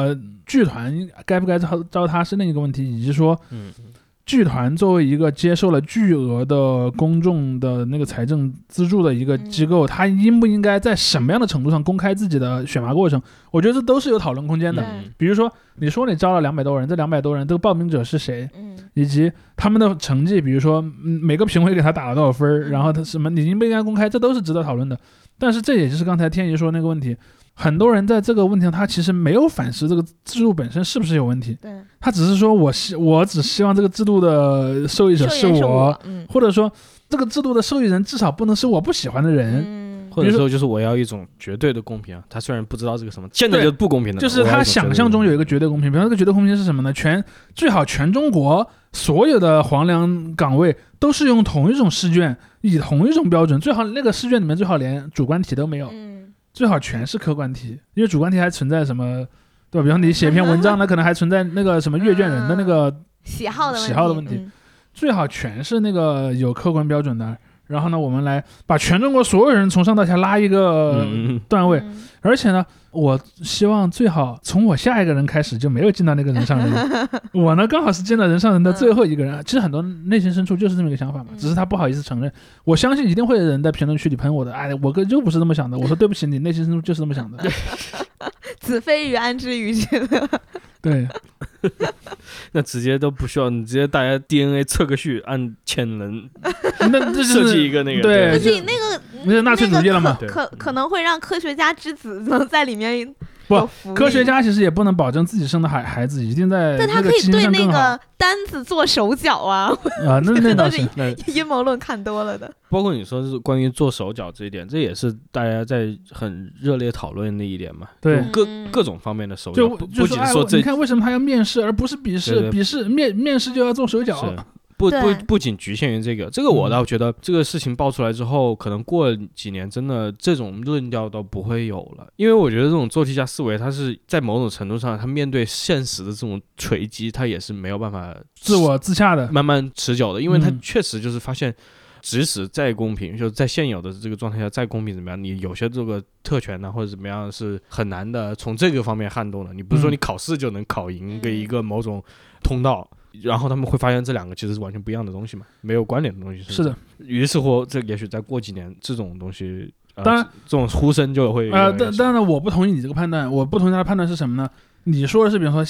剧团该不该招他是另一个问题，以及说剧团作为一个接受了巨额的公众的那个财政资助的一个机构，他应不应该在什么样的程度上公开自己的选拔过程，我觉得这都是有讨论空间的。比如说你说你招了200多人，这200多人这个报名者是谁，以及他们的成绩，比如说每个评委给他打了多少分，然后他什么你应不应该公开，这都是值得讨论的。但是这也就是刚才天怡说那个问题，很多人在这个问题上他其实没有反思这个制度本身是不是有问题，对，他只是说我只希望这个制度的受益者是我，或者说这个制度的受益人至少不能是我不喜欢的人， 或者说就是我要一种绝对的公平啊，他虽然不知道这个什么，现在就不公平的， 就是他想象中有一个绝对公平，比方说这个绝对公平是什么呢？最好全中国所有的黄粱岗位都是用同一种试卷，以同一种标准，最好那个试卷里面最好连主观题都没有，最好全是客观题，因为主观题还存在什么，对吧？比方你写一篇文章呢，可能还存在那个什么阅卷人的那个喜好的问题， 最好全是那个有客观标准的。然后呢，我们来把全中国所有人从上到下拉一个段位，而且呢，我希望最好从我下一个人开始就没有进到那个人上人，我呢刚好是进到人上人的最后一个人。其实很多内心深处就是这么一个想法嘛，只是他不好意思承认。我相信一定会有人在评论区里喷我的，哎，我哥就不是这么想的。我说对不起，你内心深处就是这么想的。 子非鱼安知鱼之乐。 对， 那直接都不需要，你直接大家 DNA 测个序，按潜能， 那这设计一个那个， 对， 不是那个纳粹主义了嘛？ 可能会让科学家之子能在里面。 不，科学家其实也不能保证自己生的孩子一定在那个基因上更好。但他可以对那个单子做手脚啊！ 那倒是阴谋论看多了的。 包括你说是关于做手脚这一点，这也是大家在很热烈讨论的一点嘛。 对， 各种方面的手脚，不仅说这， 你看为什么他要面试而不是笔试？笔试面试就要做手脚。 不仅局限于这个我倒觉得这个事情爆出来之后，可能过几年真的这种论调都不会有了，因为我觉得这种做题家思维，它是在某种程度上，它面对现实的这种锤击，它也是没有办法自我自洽的、 慢慢持久的，因为它确实就是发现，即使再公平，就是在现有的这个状态下再公平怎么样，你有些这个特权呢或者怎么样是很难的从这个方面撼动的，你不是说你考试就能考赢一个某种通道。然后他们会发现这两个其实是完全不一样的东西嘛，没有关联的东西。 是的， 于是乎，这也许再过几年，这种东西， 当然这种呼声就会当然，我不同意你这个判断，我不同意他的判断是什么呢？你说的是，比如说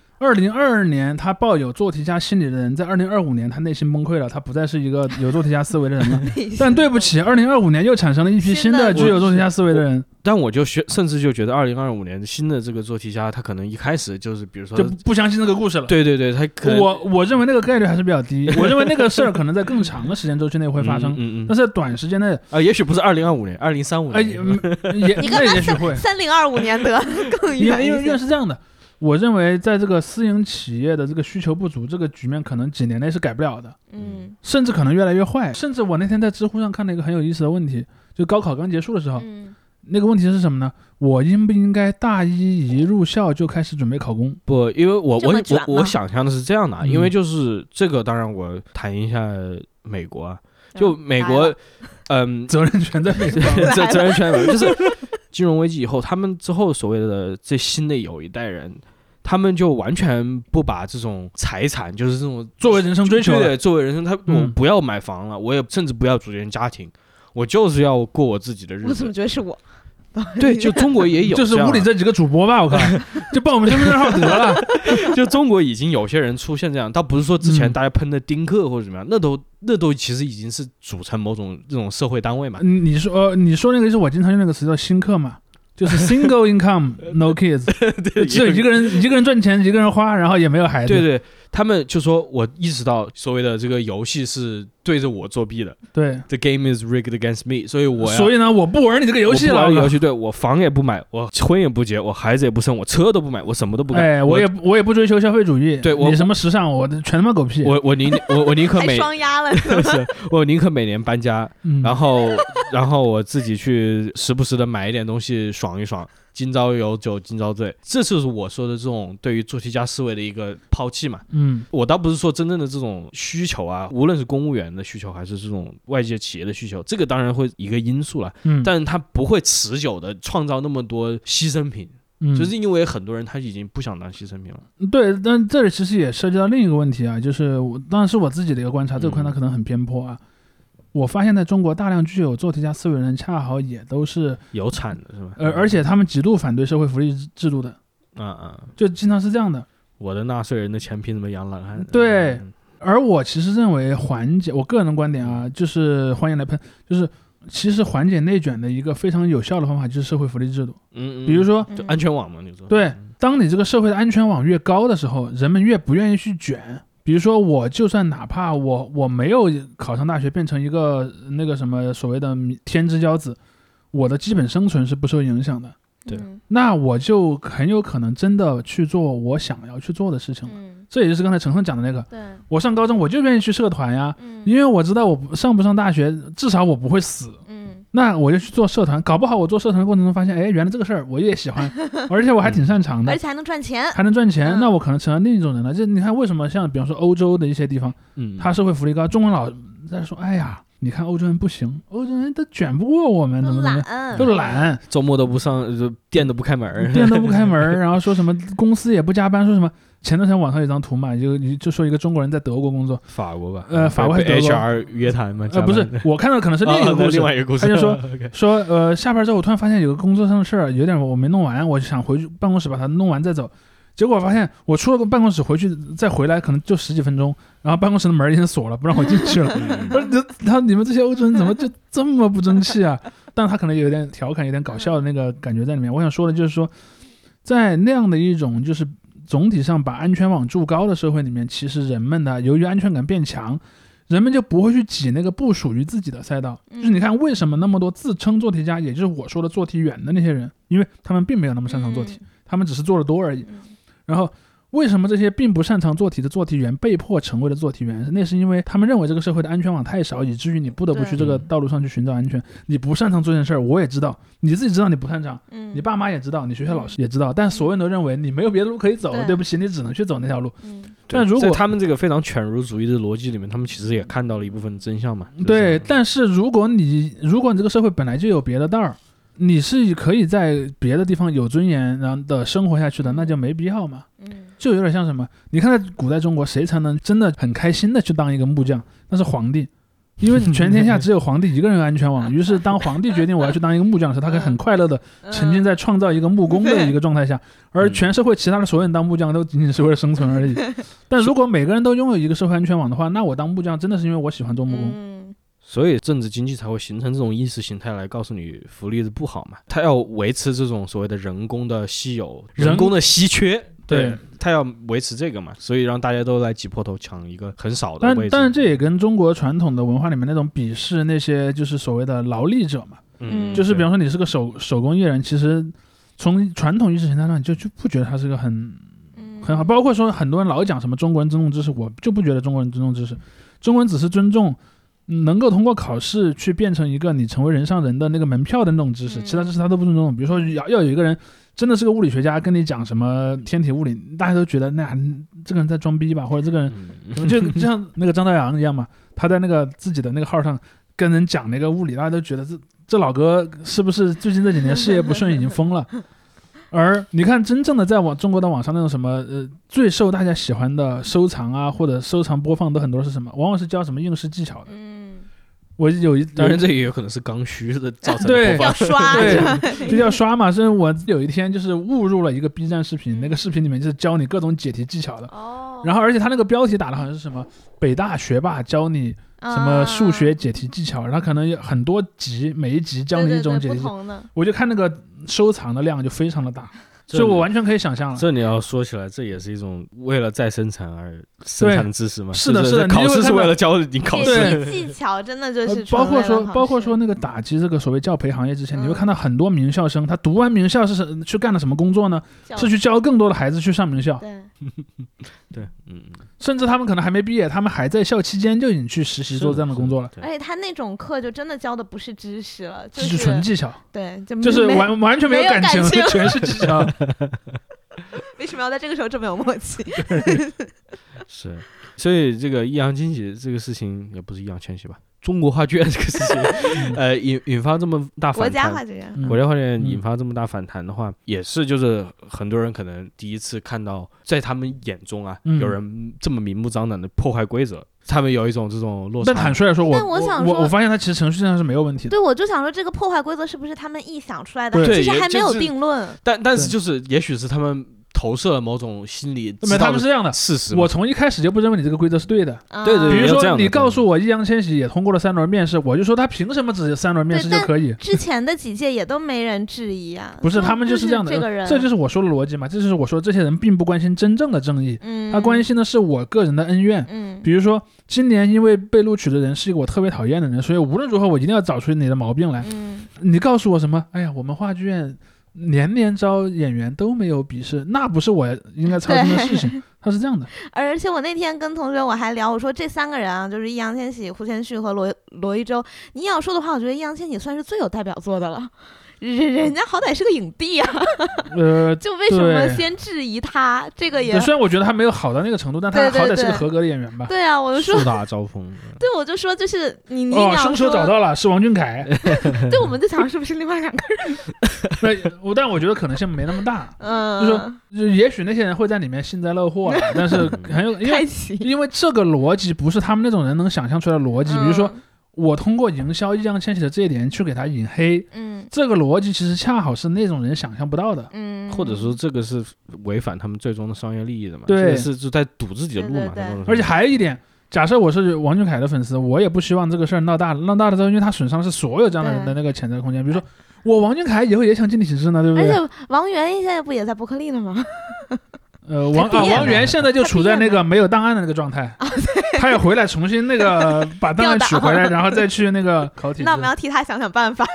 2022年他抱有做题家心理的人，在2025年他内心崩溃了，他不再是一个有做题家思维的人了。但对不起，2025年又产生了一批新的具有做题家思维的人。 但我就甚至就觉得2025年新的这个做题家，他可能一开始就是比如说就不相信这个故事了。 对，他可能我认为那个概率还是比较低。我认为那个事儿可能在更长的时间周期内会发生，但是在短时间内也许不是2025年，2035 年， 你干嘛也许会 3025年得更远？ 因为是这样的。我认为在这个私营企业的这个需求不足这个局面，可能几年内是改不了的，甚至可能越来越坏。甚至我那天在知乎上看了一个很有意思的问题，就高考刚结束的时候，那个问题是什么呢？我应不应该大一一入校就开始准备考公？ 不，因为我想象的是这样的，因为就是这个，当然我谈一下美国啊，就美国， 责任全在美国， 责任全在美国，就是金融危机以后，他们之后所谓的这新的有一代人，他们就完全不把这种财产，就是这种作为人生追求， 对，作为人生，我不要买房了，我也甚至不要组建家庭，我就是要过我自己的日子。 我怎么觉得是我？ 对，就中国也有， 就是屋里这几个主播吧，我看就报我们身份证号得了。 就中国已经有些人出现这样，倒不是说之前大家喷的丁克或者怎么样，那都其实已经是组成某种这种社会单位嘛。你说那个是我经常用那个词叫新客嘛，就是 single income no kids， 对，只有一个人赚钱，一个人花，然后也没有孩子。 对，他们就说我意识到所谓的这个游戏是对着我作弊的， 对 ，the game is rigged against me， 所以呢，我不玩你这个游戏了， 我不玩游戏，对，我房也不买，我婚也不结，我孩子也不生，我车都不买，我什么都不干， 哎，我也不追求消费主义， 对， 你什么时尚，我全他妈狗屁， 我宁可双压了， 是我宁可每年搬家，然后我自己去时不时的买一点东西爽一爽。今朝有酒今朝醉，这就是我说的这种对于做题家思维的一个抛弃嘛。我倒不是说真正的这种需求啊，无论是公务员的需求还是这种外界企业的需求，这个当然会一个因素了，但是它不会持久的创造那么多牺牲品。 就是因为很多人他已经不想当牺牲品了。 对，但这里其实也涉及到另一个问题啊，就是当然是我自己的一个观察，这个观察可能很偏颇啊。我发现在中国大量具有做题家思维的人，恰好也都是有产的是吧？ 而且他们极度反对社会福利制度的。就经常是这样的。 我的纳税人的钱凭什么养懒汉？ 对。而我其实认为缓解，我个人的观点啊，就是欢迎来喷，就是其实缓解内卷的一个非常有效的方法就是社会福利制度。比如说就安全网嘛，你说。 对，当你这个社会的安全网越高的时候，人们越不愿意去卷。比如说我就算哪怕我没有考上大学，变成一个那个什么所谓的天之骄子，我的基本生存是不受影响的。 对， 那我就很有可能真的去做我想要去做的事情了。这也就是刚才陈赫讲的那个。 对， 我上高中我就愿意去社团呀，因为我知道我上不上大学，至少我不会死。那我就去做社团，搞不好我做社团的过程中发现，哎，原来这个事儿我也喜欢，而且我还挺擅长的， 而且还能赚钱， 那我可能成了另一种人了。就你看，为什么像比方说欧洲的一些地方，他社会福利高，中国老在说，哎呀。你看欧洲人不行，欧洲人都卷不过我们，都懒， 周末都不上，店都不开门， 然后说什么公司也不加班，说什么前段时间网上有张图嘛，就说一个中国人在德国工作， 法国吧， 法国还是德国 HR 约谈嘛， 不是，我看到可能是另一个故事， 另外一个故事， 他就说下班之后我突然发现有个工作上的事儿有点我没弄完，我就想回去办公室把它弄完再走。结果我发现我出了个办公室回去再回来可能就10几分钟，然后办公室的门已经锁了，不让我进去了。你们这些欧洲人怎么就这么不争气啊？但他可能有点调侃有点搞笑的那个感觉在里面。我想说的就是说，在那样的一种就是总体上把安全网筑高的社会里面，其实人们的由于安全感变强，人们就不会去挤那个不属于自己的赛道。就是你看为什么那么多自称做题家，也就是我说的做题员的那些人，因为他们并没有那么擅长做题，他们只是做的多而已。然后为什么这些并不擅长做题的做题员被迫成为了做题员？那是因为他们认为这个社会的安全网太少，以至于你不得不去这个道路上去寻找安全。你不擅长做这件事儿，我也知道，你自己知道你不擅长，你爸妈也知道，你学校老师也知道，但所有人都认为你没有别的路可以走，对不起，你只能去走那条路。但如果在他们这个非常犬儒主义的逻辑里面，他们其实也看到了一部分真相嘛。 对，但是如果你这个社会本来就有别的道儿，你是可以在别的地方有尊严然后的生活下去的，那就没必要嘛。就有点像什么，你看在古代中国，谁才能真的很开心的去当一个木匠？那是皇帝，因为全天下只有皇帝一个人有安全网。于是当皇帝决定我要去当一个木匠的时候，他可以很快乐的沉浸在创造一个木工的一个状态下，而全社会其他的所有人当木匠都仅仅是为了生存而已。但如果每个人都拥有一个社会安全网的话，那我当木匠真的是因为我喜欢做木工。 所以政治经济才会形成这种意识形态来告诉你福利的不好嘛，它要维持这种所谓的人工的稀有、人工的稀缺，对，它要维持这个嘛，所以让大家都来挤破头抢一个很少的位置。 但是这也跟中国传统的文化里面那种鄙视那些就是所谓的劳力者嘛，就是比方说你是个手工艺人，其实从传统意识形态上就不觉得他是个很好，包括说很多人老讲什么中国人尊重知识，我就不觉得中国人尊重知识，中国人只是尊重能够通过考试去变成一个你成为人上人的那个门票的那种知识，其他知识他都不尊重。比如说要有一个人真的是个物理学家跟你讲什么天体物理，大家都觉得那这个人在装逼吧，或者这个人就像那个张朝阳一样嘛，他在那个自己的那个号上跟人讲那个物理，大家都觉得这老哥是不是最近这几年事业不顺已经疯了。而你看真正的在中国的网上那种什么最受大家喜欢的收藏啊或者收藏播放都很多是什么，往往是教什么应试技巧的。我当然这也有可能是刚需的造成的对要刷， 对，就要刷嘛。所以我有一天就是误入了一个 B 站视频，那个视频里面就是教你各种解题技巧的。然后而且他那个标题打的好像是什么北大学霸教你什么数学解题技巧，然后可能有很多集，每一集教你一种解题技巧。我就看那个收藏的量就非常的大。所以我完全可以想象了。 这你要说起来，这也是一种为了再生产而生产的知识嘛？ 是的，是的。 考试是为了教你考试。 技巧真的就是包括说那个打击这个所谓教培行业之前，你会看到很多名校生，他读完名校是去干了什么工作呢？是去教更多的孩子去上名校。 对， 甚至他们可能还没毕业，他们还在校期间就已经去实习做这样的工作了。 而且他那种课就真的教的不是知识了， 就是纯技巧。 对， 就是完全没有感情，全是技巧。 为什么要在这个时候这么有默契？ 是，所以这个易烊千玺这个事情也不是易烊千玺吧？ 中国话剧院这个事情，引发这么大反弹， 国家话剧院， 国家话剧院引发这么大反弹的话，也是就是很多人可能第一次看到，在他们眼中啊，有人这么明目张胆的破坏规则。他们有一种这种落差。 但坦率来说， 我发现他其实程序上是没有问题的。 对，我就想说这个破坏规则是不是他们臆想出来的？其实还没有定论。 但是就是也许是他们投射了某种心理， 他们是这样的事实。 我从一开始就不认为你这个规则是对的。 对对， 比如说你告诉我易烊千玺也通过了3轮面试，我就说他凭什么只3轮面试就可以？ 之前的几届也都没人质疑啊。 不是，他们就是这样的。这就是我说的逻辑嘛。这就是我说这些人并不关心真正的正义，他关心的是我个人的恩怨。比如说今年因为被录取的人是一个我特别讨厌的人，所以无论如何我一定要找出你的毛病来。你告诉我什么？哎呀，我们话剧院年年招演员都没有笔试，那不是我应该操心的事情。他是这样的。而且我那天跟同学我还聊，我说这3个人啊，就是易烊千玺、胡先煦和罗一舟。你要说的话，我觉得易烊千玺算是最有代表作的了。人家好歹是个影帝啊，就为什么先质疑他？这个也虽然我觉得他没有好到那个程度，但他好歹是个合格的演员吧。 对啊，我就说树大招风。 对，我就说就是你凶手找到了，是王俊凯。 对，我们就想是不是另外2个人？但我觉得可能性没那么大。就说也许那些人会在里面幸灾乐祸了，但是很有因为这个逻辑不是他们那种人能想象出来的逻辑。比如说我通过营销易烊千玺的这一点去给他引黑，这个逻辑其实恰好是那种人想象不到的， 或者说这个是违反他们最终的商业利益的嘛？ 对， 是就在堵自己的路嘛。 而且还有一点，假设我是王俊凯的粉丝，我也不希望这个事儿闹大了之后，因为他损伤是所有这样的人的那个潜在空间。比如说我王俊凯以后也想进体制呢，对不对？ 而且王源现在不也在伯克利了吗？ 王源现在就处在那个没有档案的那个状态，他也回来重新那个把档案取回来，然后再去那个考体制。 那我们要替他想想办法。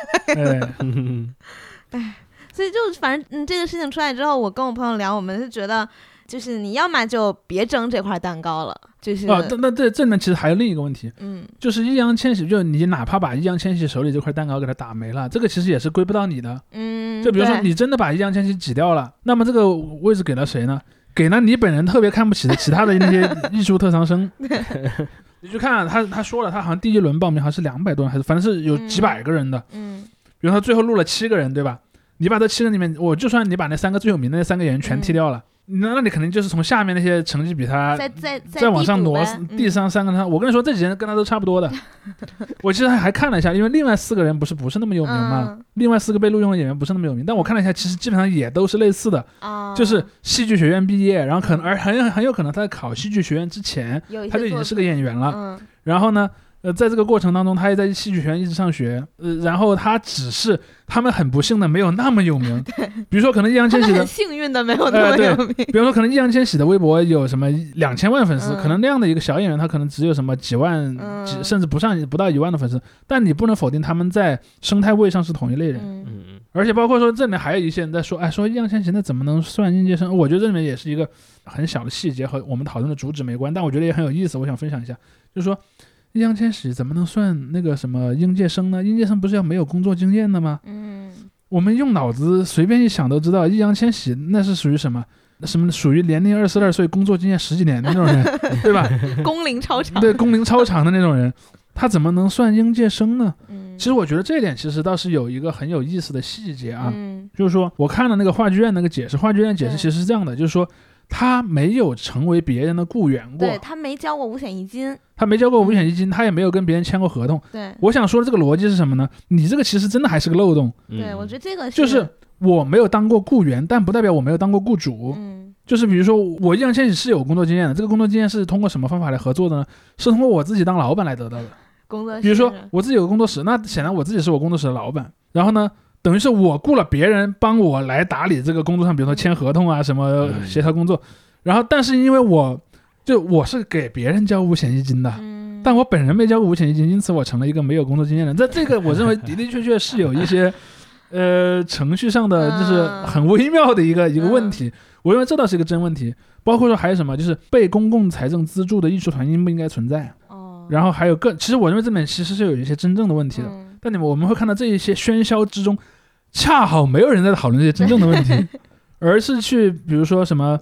所以就反正这个事情出来之后，我跟我朋友聊，我们是觉得就是你要么就别争这块蛋糕了，就是那这里面其实还有另一个问题，就是易烊千玺，就你哪怕把易烊千玺手里这块蛋糕给他打没了，这个其实也是归不到你的。就比如说你真的把易烊千玺挤掉了，那么这个位置给了谁呢？给了你本人特别看不起的其他的那些艺术特长生。你去看他说了，他好像第1轮报名还是200多人，还是反正是有几百个人的。比如他最后录了7个人，对吧？你把这7个人里面，我就算你把那3个最有名的那3个演员全踢掉了，那你肯定就是从下面那些成绩比他再往上挪，第3个他，我跟你说这几人跟他都差不多的。我其实还看了一下，因为另外4个人不是那么有名嘛，另外4个被录用的演员不是那么有名，但我看了一下，其实基本上也都是类似的，就是戏剧学院毕业，然后可能很有可能他在考戏剧学院之前他就已经是个演员了，然后呢在这个过程当中他也在戏剧学院一直上学，然后他只是他们很不幸的没有那么有名。比如说可能易烊千玺的很幸运的没有那么有名， 比如说可能易烊千玺的微博有什么2000万粉丝，可能那样的一个小演员他可能只有什么几万，甚至不到1万的粉丝，但你不能否定他们在生态位上是同一类人。而且包括说这里面还有一些人在说，说易烊千玺那怎么能算应届生？我觉得这里面也是一个很小的细节，和我们讨论的主旨没关，但我觉得也很有意思，我想分享一下。就是说易烊千玺怎么能算那个什么应届生呢？应届生不是要没有工作经验的吗？我们用脑子随便一想都知道，易烊千玺那是属于什么属于年龄22岁，工作经验10几年的那种人，对吧？ 工龄超长。 对，工龄超长的那种人，他怎么能算应届生呢？其实我觉得这一点其实倒是有一个很有意思的细节啊，就是说我看了那个话剧院那个解释，话剧院解释其实是这样的，就是说他没有成为别人的雇员过， 对，他没交过五险一金， 他也没有跟别人签过合同。 对， 我想说的这个逻辑是什么呢？你这个其实真的还是个漏洞。 对，我觉得这个就是我没有当过雇员，但不代表我没有当过雇主。就是比如说我易烊千玺是有工作经验的，这个工作经验是通过什么方法来合作的呢？是通过我自己当老板来得到的。 工作室， 比如说我自己有个工作室，那显然我自己是我工作室的老板，然后呢等于是我雇了别人帮我来打理这个工作上，比如说签合同啊什么协调工作，然后但是因为我是给别人交五险一金的，但我本人没交过五险一金，因此我成了一个没有工作经验的。这个我认为的的确确是有一些程序上的就是很微妙的一个问题，我认为这倒是一个真问题。包括说还有什么，就是被公共财政资助的艺术团应不应该存在，然后还有其实我认为这边其实是有一些真正的问题的，但我们会看到这一些喧嚣之中恰好没有人在讨论这些真正的问题而是去比如说什么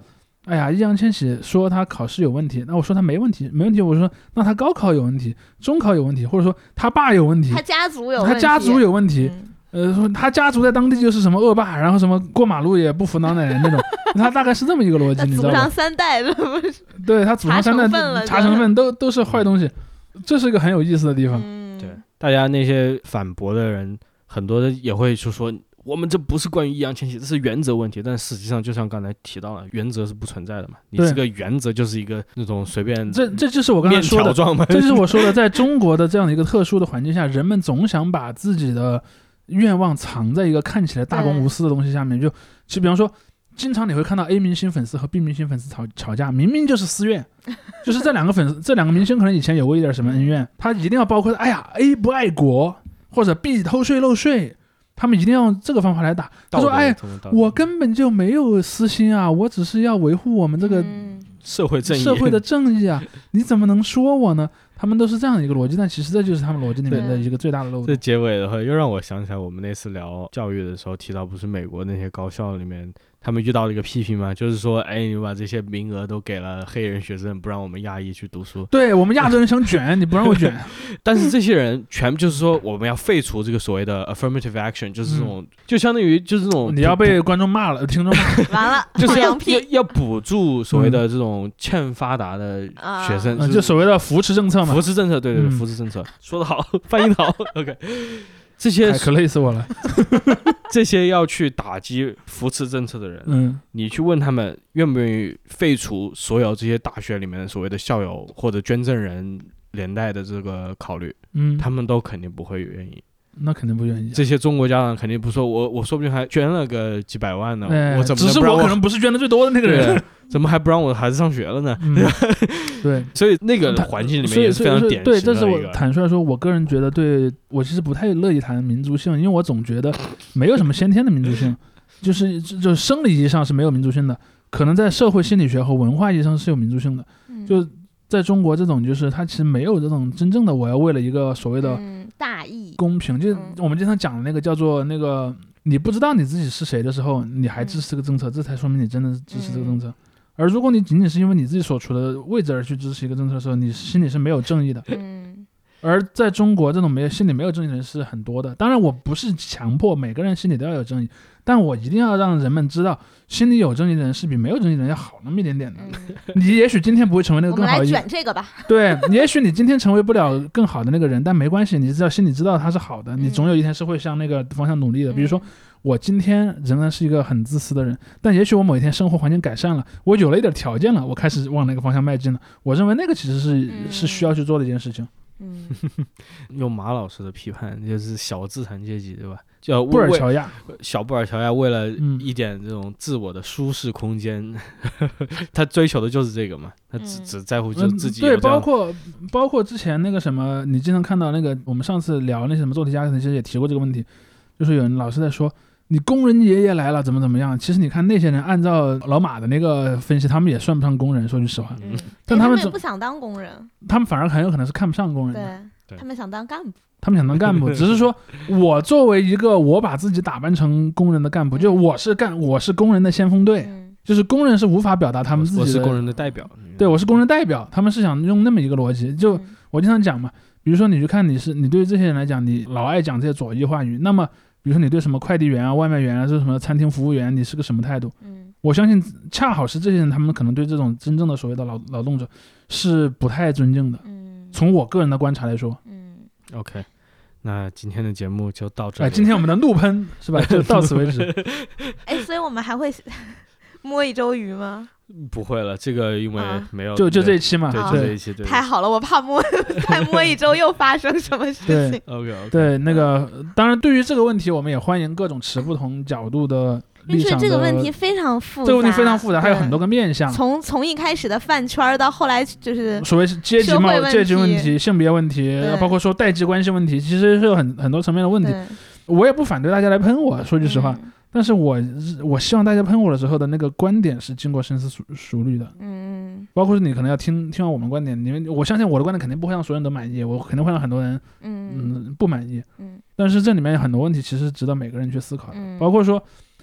哎呀，易烊千玺说他考试有问题，那我说他没问题，没问题。我说那他高考有问题，中考有问题，或者说他爸有问题， 他家族有问题。说他家族在当地就是什么恶霸，然后什么过马路也不扶老奶奶那种，他大概是这么一个逻辑，你知道吧？ 祖上3代了，不是？ 对，他祖上3代查成分都是坏东西，这是一个很有意思的地方。 对，大家那些反驳的人，很多的也会说我们这不是关于易烊千玺，这是原则问题。但实际上，就像刚才提到了，原则是不存在的嘛。你这个原则就是一个那种随便这就是我刚才说的，这就是我说的，在中国的这样的一个特殊的环境下，人们总想把自己的愿望藏在一个看起来大公无私的东西下面。就比方说，经常你会看到 A 明星粉丝和 B 明星粉丝吵架，明明就是私怨，就是这两个明星可能以前有过一点什么恩怨，他一定要包括哎呀 A 不爱国或者 B 偷税漏税。他们一定要用这个方法来打。他说：“哎，我根本就没有私心啊，我只是要维护我们这个社会的正义啊，你怎么能说我呢？”他们都是这样的一个逻辑，但其实这就是他们逻辑里面的一个最大的漏洞。 这结尾的话，又让我想起来我们那次聊教育的时候提到，不是美国那些高校里面他们遇到了一个批评嘛，就是说，哎，你把这些名额都给了黑人学生，不让我们亚裔去读书。 对，我们亚洲人想卷，你不让我卷。 但是这些人全就是说，我们要废除这个所谓的 affirmative action， 就是这种，就相当于就是这种， 你要被观众骂了，听众骂完了， 就是要补助所谓的这种欠发达的学生， 就所谓的扶持政策嘛。 扶持政策，对对对，扶持政策，说得好，翻译得好 ，OK。这些可累死我了。 这些要去打击扶持政策的人，你去问他们愿不愿意废除所有这些大学里面的所谓的校友或者捐赠人连带的这个考虑，他们都肯定不会愿意。 那肯定不愿意。 这些中国家长肯定不说，我说不定还捐了个几百万呢，我怎么只是我可能不是捐的最多的那个人， 怎么还不让我的孩子上学了呢？ 对， 所以那个环境里面也是非常典型的。 对，这是我坦率说，我个人觉得，对我其实不太乐意谈民族性，因为我总觉得没有什么先天的民族性，就是生理意义上是没有民族性的，可能在社会心理学和文化意义上是有民族性的。就在中国这种，就是它其实没有这种真正的我要为了一个所谓的大义公平，就我们经常讲的那个叫做那个，你不知道你自己是谁的时候，你还支持这个政策，这才说明你真的支持这个政策。而如果你仅仅是因为你自己所处的位置而去支持一个政策的时候，你心里是没有正义的。而在中国，这种心里没有正义的人是很多的。当然，我不是强迫每个人心里都要有正义，但我一定要让人们知道，心里有正义的人是比没有正义的人要好那么一点点的。你也许今天不会成为那个更好的， 我们来卷这个吧。 对，也许你今天成为不了更好的那个人，但没关系，你只要心里知道他是好的，你总有一天是会向那个方向努力的。比如说，我今天仍然是一个很自私的人，但也许我某一天生活环境改善了，我有了一点条件了，我开始往那个方向迈进了。我认为那个其实是需要去做的一件事情。 用马老师的批判，就是小资产阶级，对吧？叫布尔乔亚， 小布尔乔亚为了一点这种自我的舒适空间，他追求的就是这个嘛，他只在乎就自己有。 对，包括之前那个什么，你经常看到那个，我们上次聊那什么做题家，其实也提过这个问题，就是有人老是在说，你工人爷爷来了怎么样？其实你看那些人，按照老马的那个分析，他们也算不上工人，说句实话。但他们也不想当工人， 他们反而很有可能是看不上工人的。对，他们想当干部。 他们想当干部，只是说我作为一个我把自己打扮成工人的干部，就我是工人的先锋队，就是工人是无法表达他们自己的， 我是工人的代表。 对，我是工人代表，他们是想用那么一个逻辑。就我经常讲嘛，比如说你去看你对于这些人来讲，你老爱讲这些左翼话语，那么比如说你对什么快递员啊、外卖员啊，这什么餐厅服务员，你是个什么态度？我相信恰好是这些人，他们可能对这种真正的所谓的劳动者是不太尊敬的。从我个人的观察来说。 OK， 那今天的节目就到这里。 今天我们的怒喷是吧？就到此为止。 所以我们还会摸一周鱼吗？ 不会了，这个因为没有， 就这一期嘛， 对，就这一期。对， 太好了，我怕再摸一周又发生什么事情。 OK， 对，那个当然，对于这个问题，我们也欢迎各种持不同角度的。 因为这个问题非常复杂， 这个问题非常复杂，还有很多个面向。 从一开始的饭圈到后来就是所谓阶级问题、性别问题，包括说代际关系问题，其实是有很多层面的问题。我也不反对大家来喷我，说句实话，但是我希望大家喷我的时候的那个观点是经过深思熟虑的。包括你可能要听完我们观点，我相信我的观点肯定不会让所有人都满意，我肯定会让很多人不满意。但是这里面有很多问题其实值得每个人去思考的，包括说。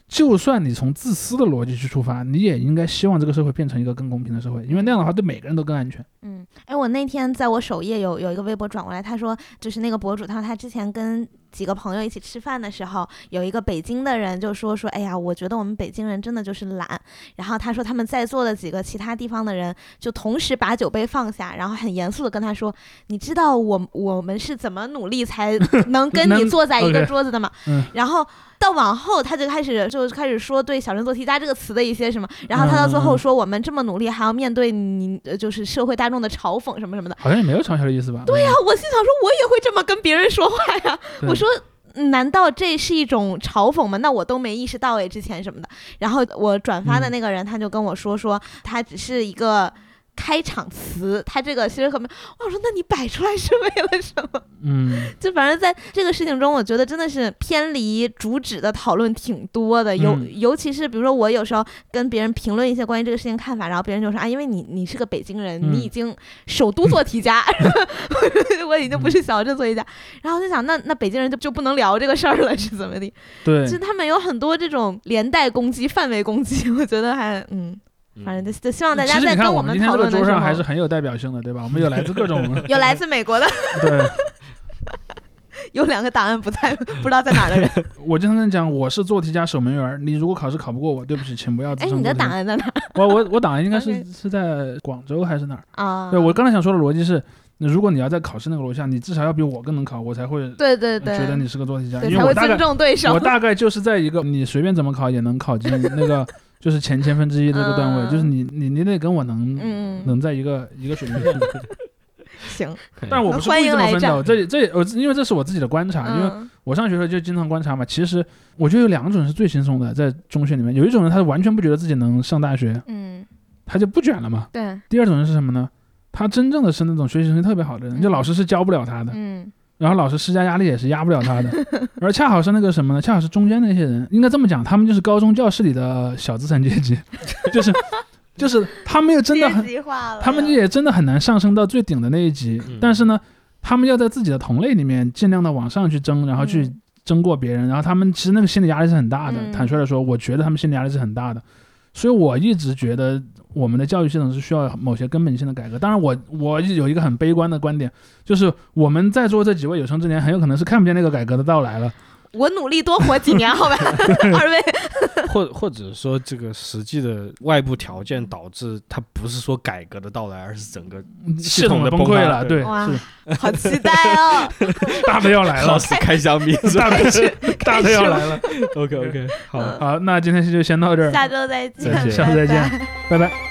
就算你从自私的逻辑去出发，你也应该希望这个社会变成一个更公平的社会，因为那样的话对每个人都更安全。 我那天在我首页有一个微博转过来，他说就是那个博主，他说他之前跟几个朋友一起吃饭的时候，有一个北京的人就说哎呀，我觉得我们北京人真的就是懒。然后他说他们在座的几个其他地方的人就同时把酒杯放下，然后很严肃的跟他说，你知道我们是怎么努力才能跟你坐在一个桌子的吗？然后到往后他就开始说对小镇做题家这个词的一些什么，然后他到最后说我们这么努力还要面对你就是社会大众的嘲讽什么什么的， 好像也没有嘲笑的意思吧？ 对呀，我心想说我也会这么跟别人说话呀，我说难道这是一种嘲讽吗？那我都没意识到之前什么的。然后我转发的那个人他就跟我说他只是一个开场词，他这个其实很我说那你摆出来是为了什么？就反正在这个事情中我觉得真的是偏离主旨的讨论挺多的，尤其是比如说我有时候跟别人评论一些关于这个事情看法，然后别人就说因为你是个北京人，你已经首都做题家我已经不是小镇做题家，然后就想那北京人就不能聊这个事儿了是怎么的？ 对， 就他们有很多这种连带攻击范围攻击，我觉得还反正就希望大家在跟我们讨论的时候， 其实你看我们今天这个桌上还是很有代表性的，对吧？我们有来自各种有来自美国的对有2个档案不知道在哪的人我经常跟你讲，我是做题家守门员，你如果考试考不过我，对不起，请不要自称。 你的档案在哪？ 我档案应该是在广州还是哪儿啊？ 对，我刚才想说的逻辑是，如果你要在考试那个楼下，你至少要比我更能考，我才会对觉得你是个做题家， 因为我尊重对手。 我大概就是在一个你随便怎么考也能考进那个就是前1/1000这个段位，就是你得跟我能在一个水平上。 行， 但我不是故意这么分的，因为这是我自己的观察，因为我上学的时候就经常观察嘛。其实我觉得有2种人是最轻松的，在中学里面，有一种人他完全不觉得自己能上大学，他就不卷了嘛。 对。 第二种人是什么呢？他真正的是那种学习成绩特别好的人，就老师是教不了他的，然后老师施加压力也是压不了他的，而恰好是那个什么呢？恰好是中间那些人，应该这么讲，他们就是高中教室里的小资产阶级，就是他们也真的很，他们也真的很难上升到最顶的那一级，但是呢，他们要在自己的同类里面尽量的往上去争，然后去争过别人，然后他们其实那个心理压力是很大的。坦率的说，我觉得他们心理压力是很大的，所以我一直觉得我们的教育系统是需要某些根本性的改革。当然我有一个很悲观的观点，就是我们在座这几位有生之年很有可能是看不见那个改革的到来了。 我努力多活几年好吧二位或者说这个实际的外部条件导致它不是说改革的到来，而是整个系统的崩溃了。对， 哇，好期待哦大的要来了， 考试开香槟大的要来了 OK 好，那今天就先到这儿， 下周再见， 下次再见拜拜。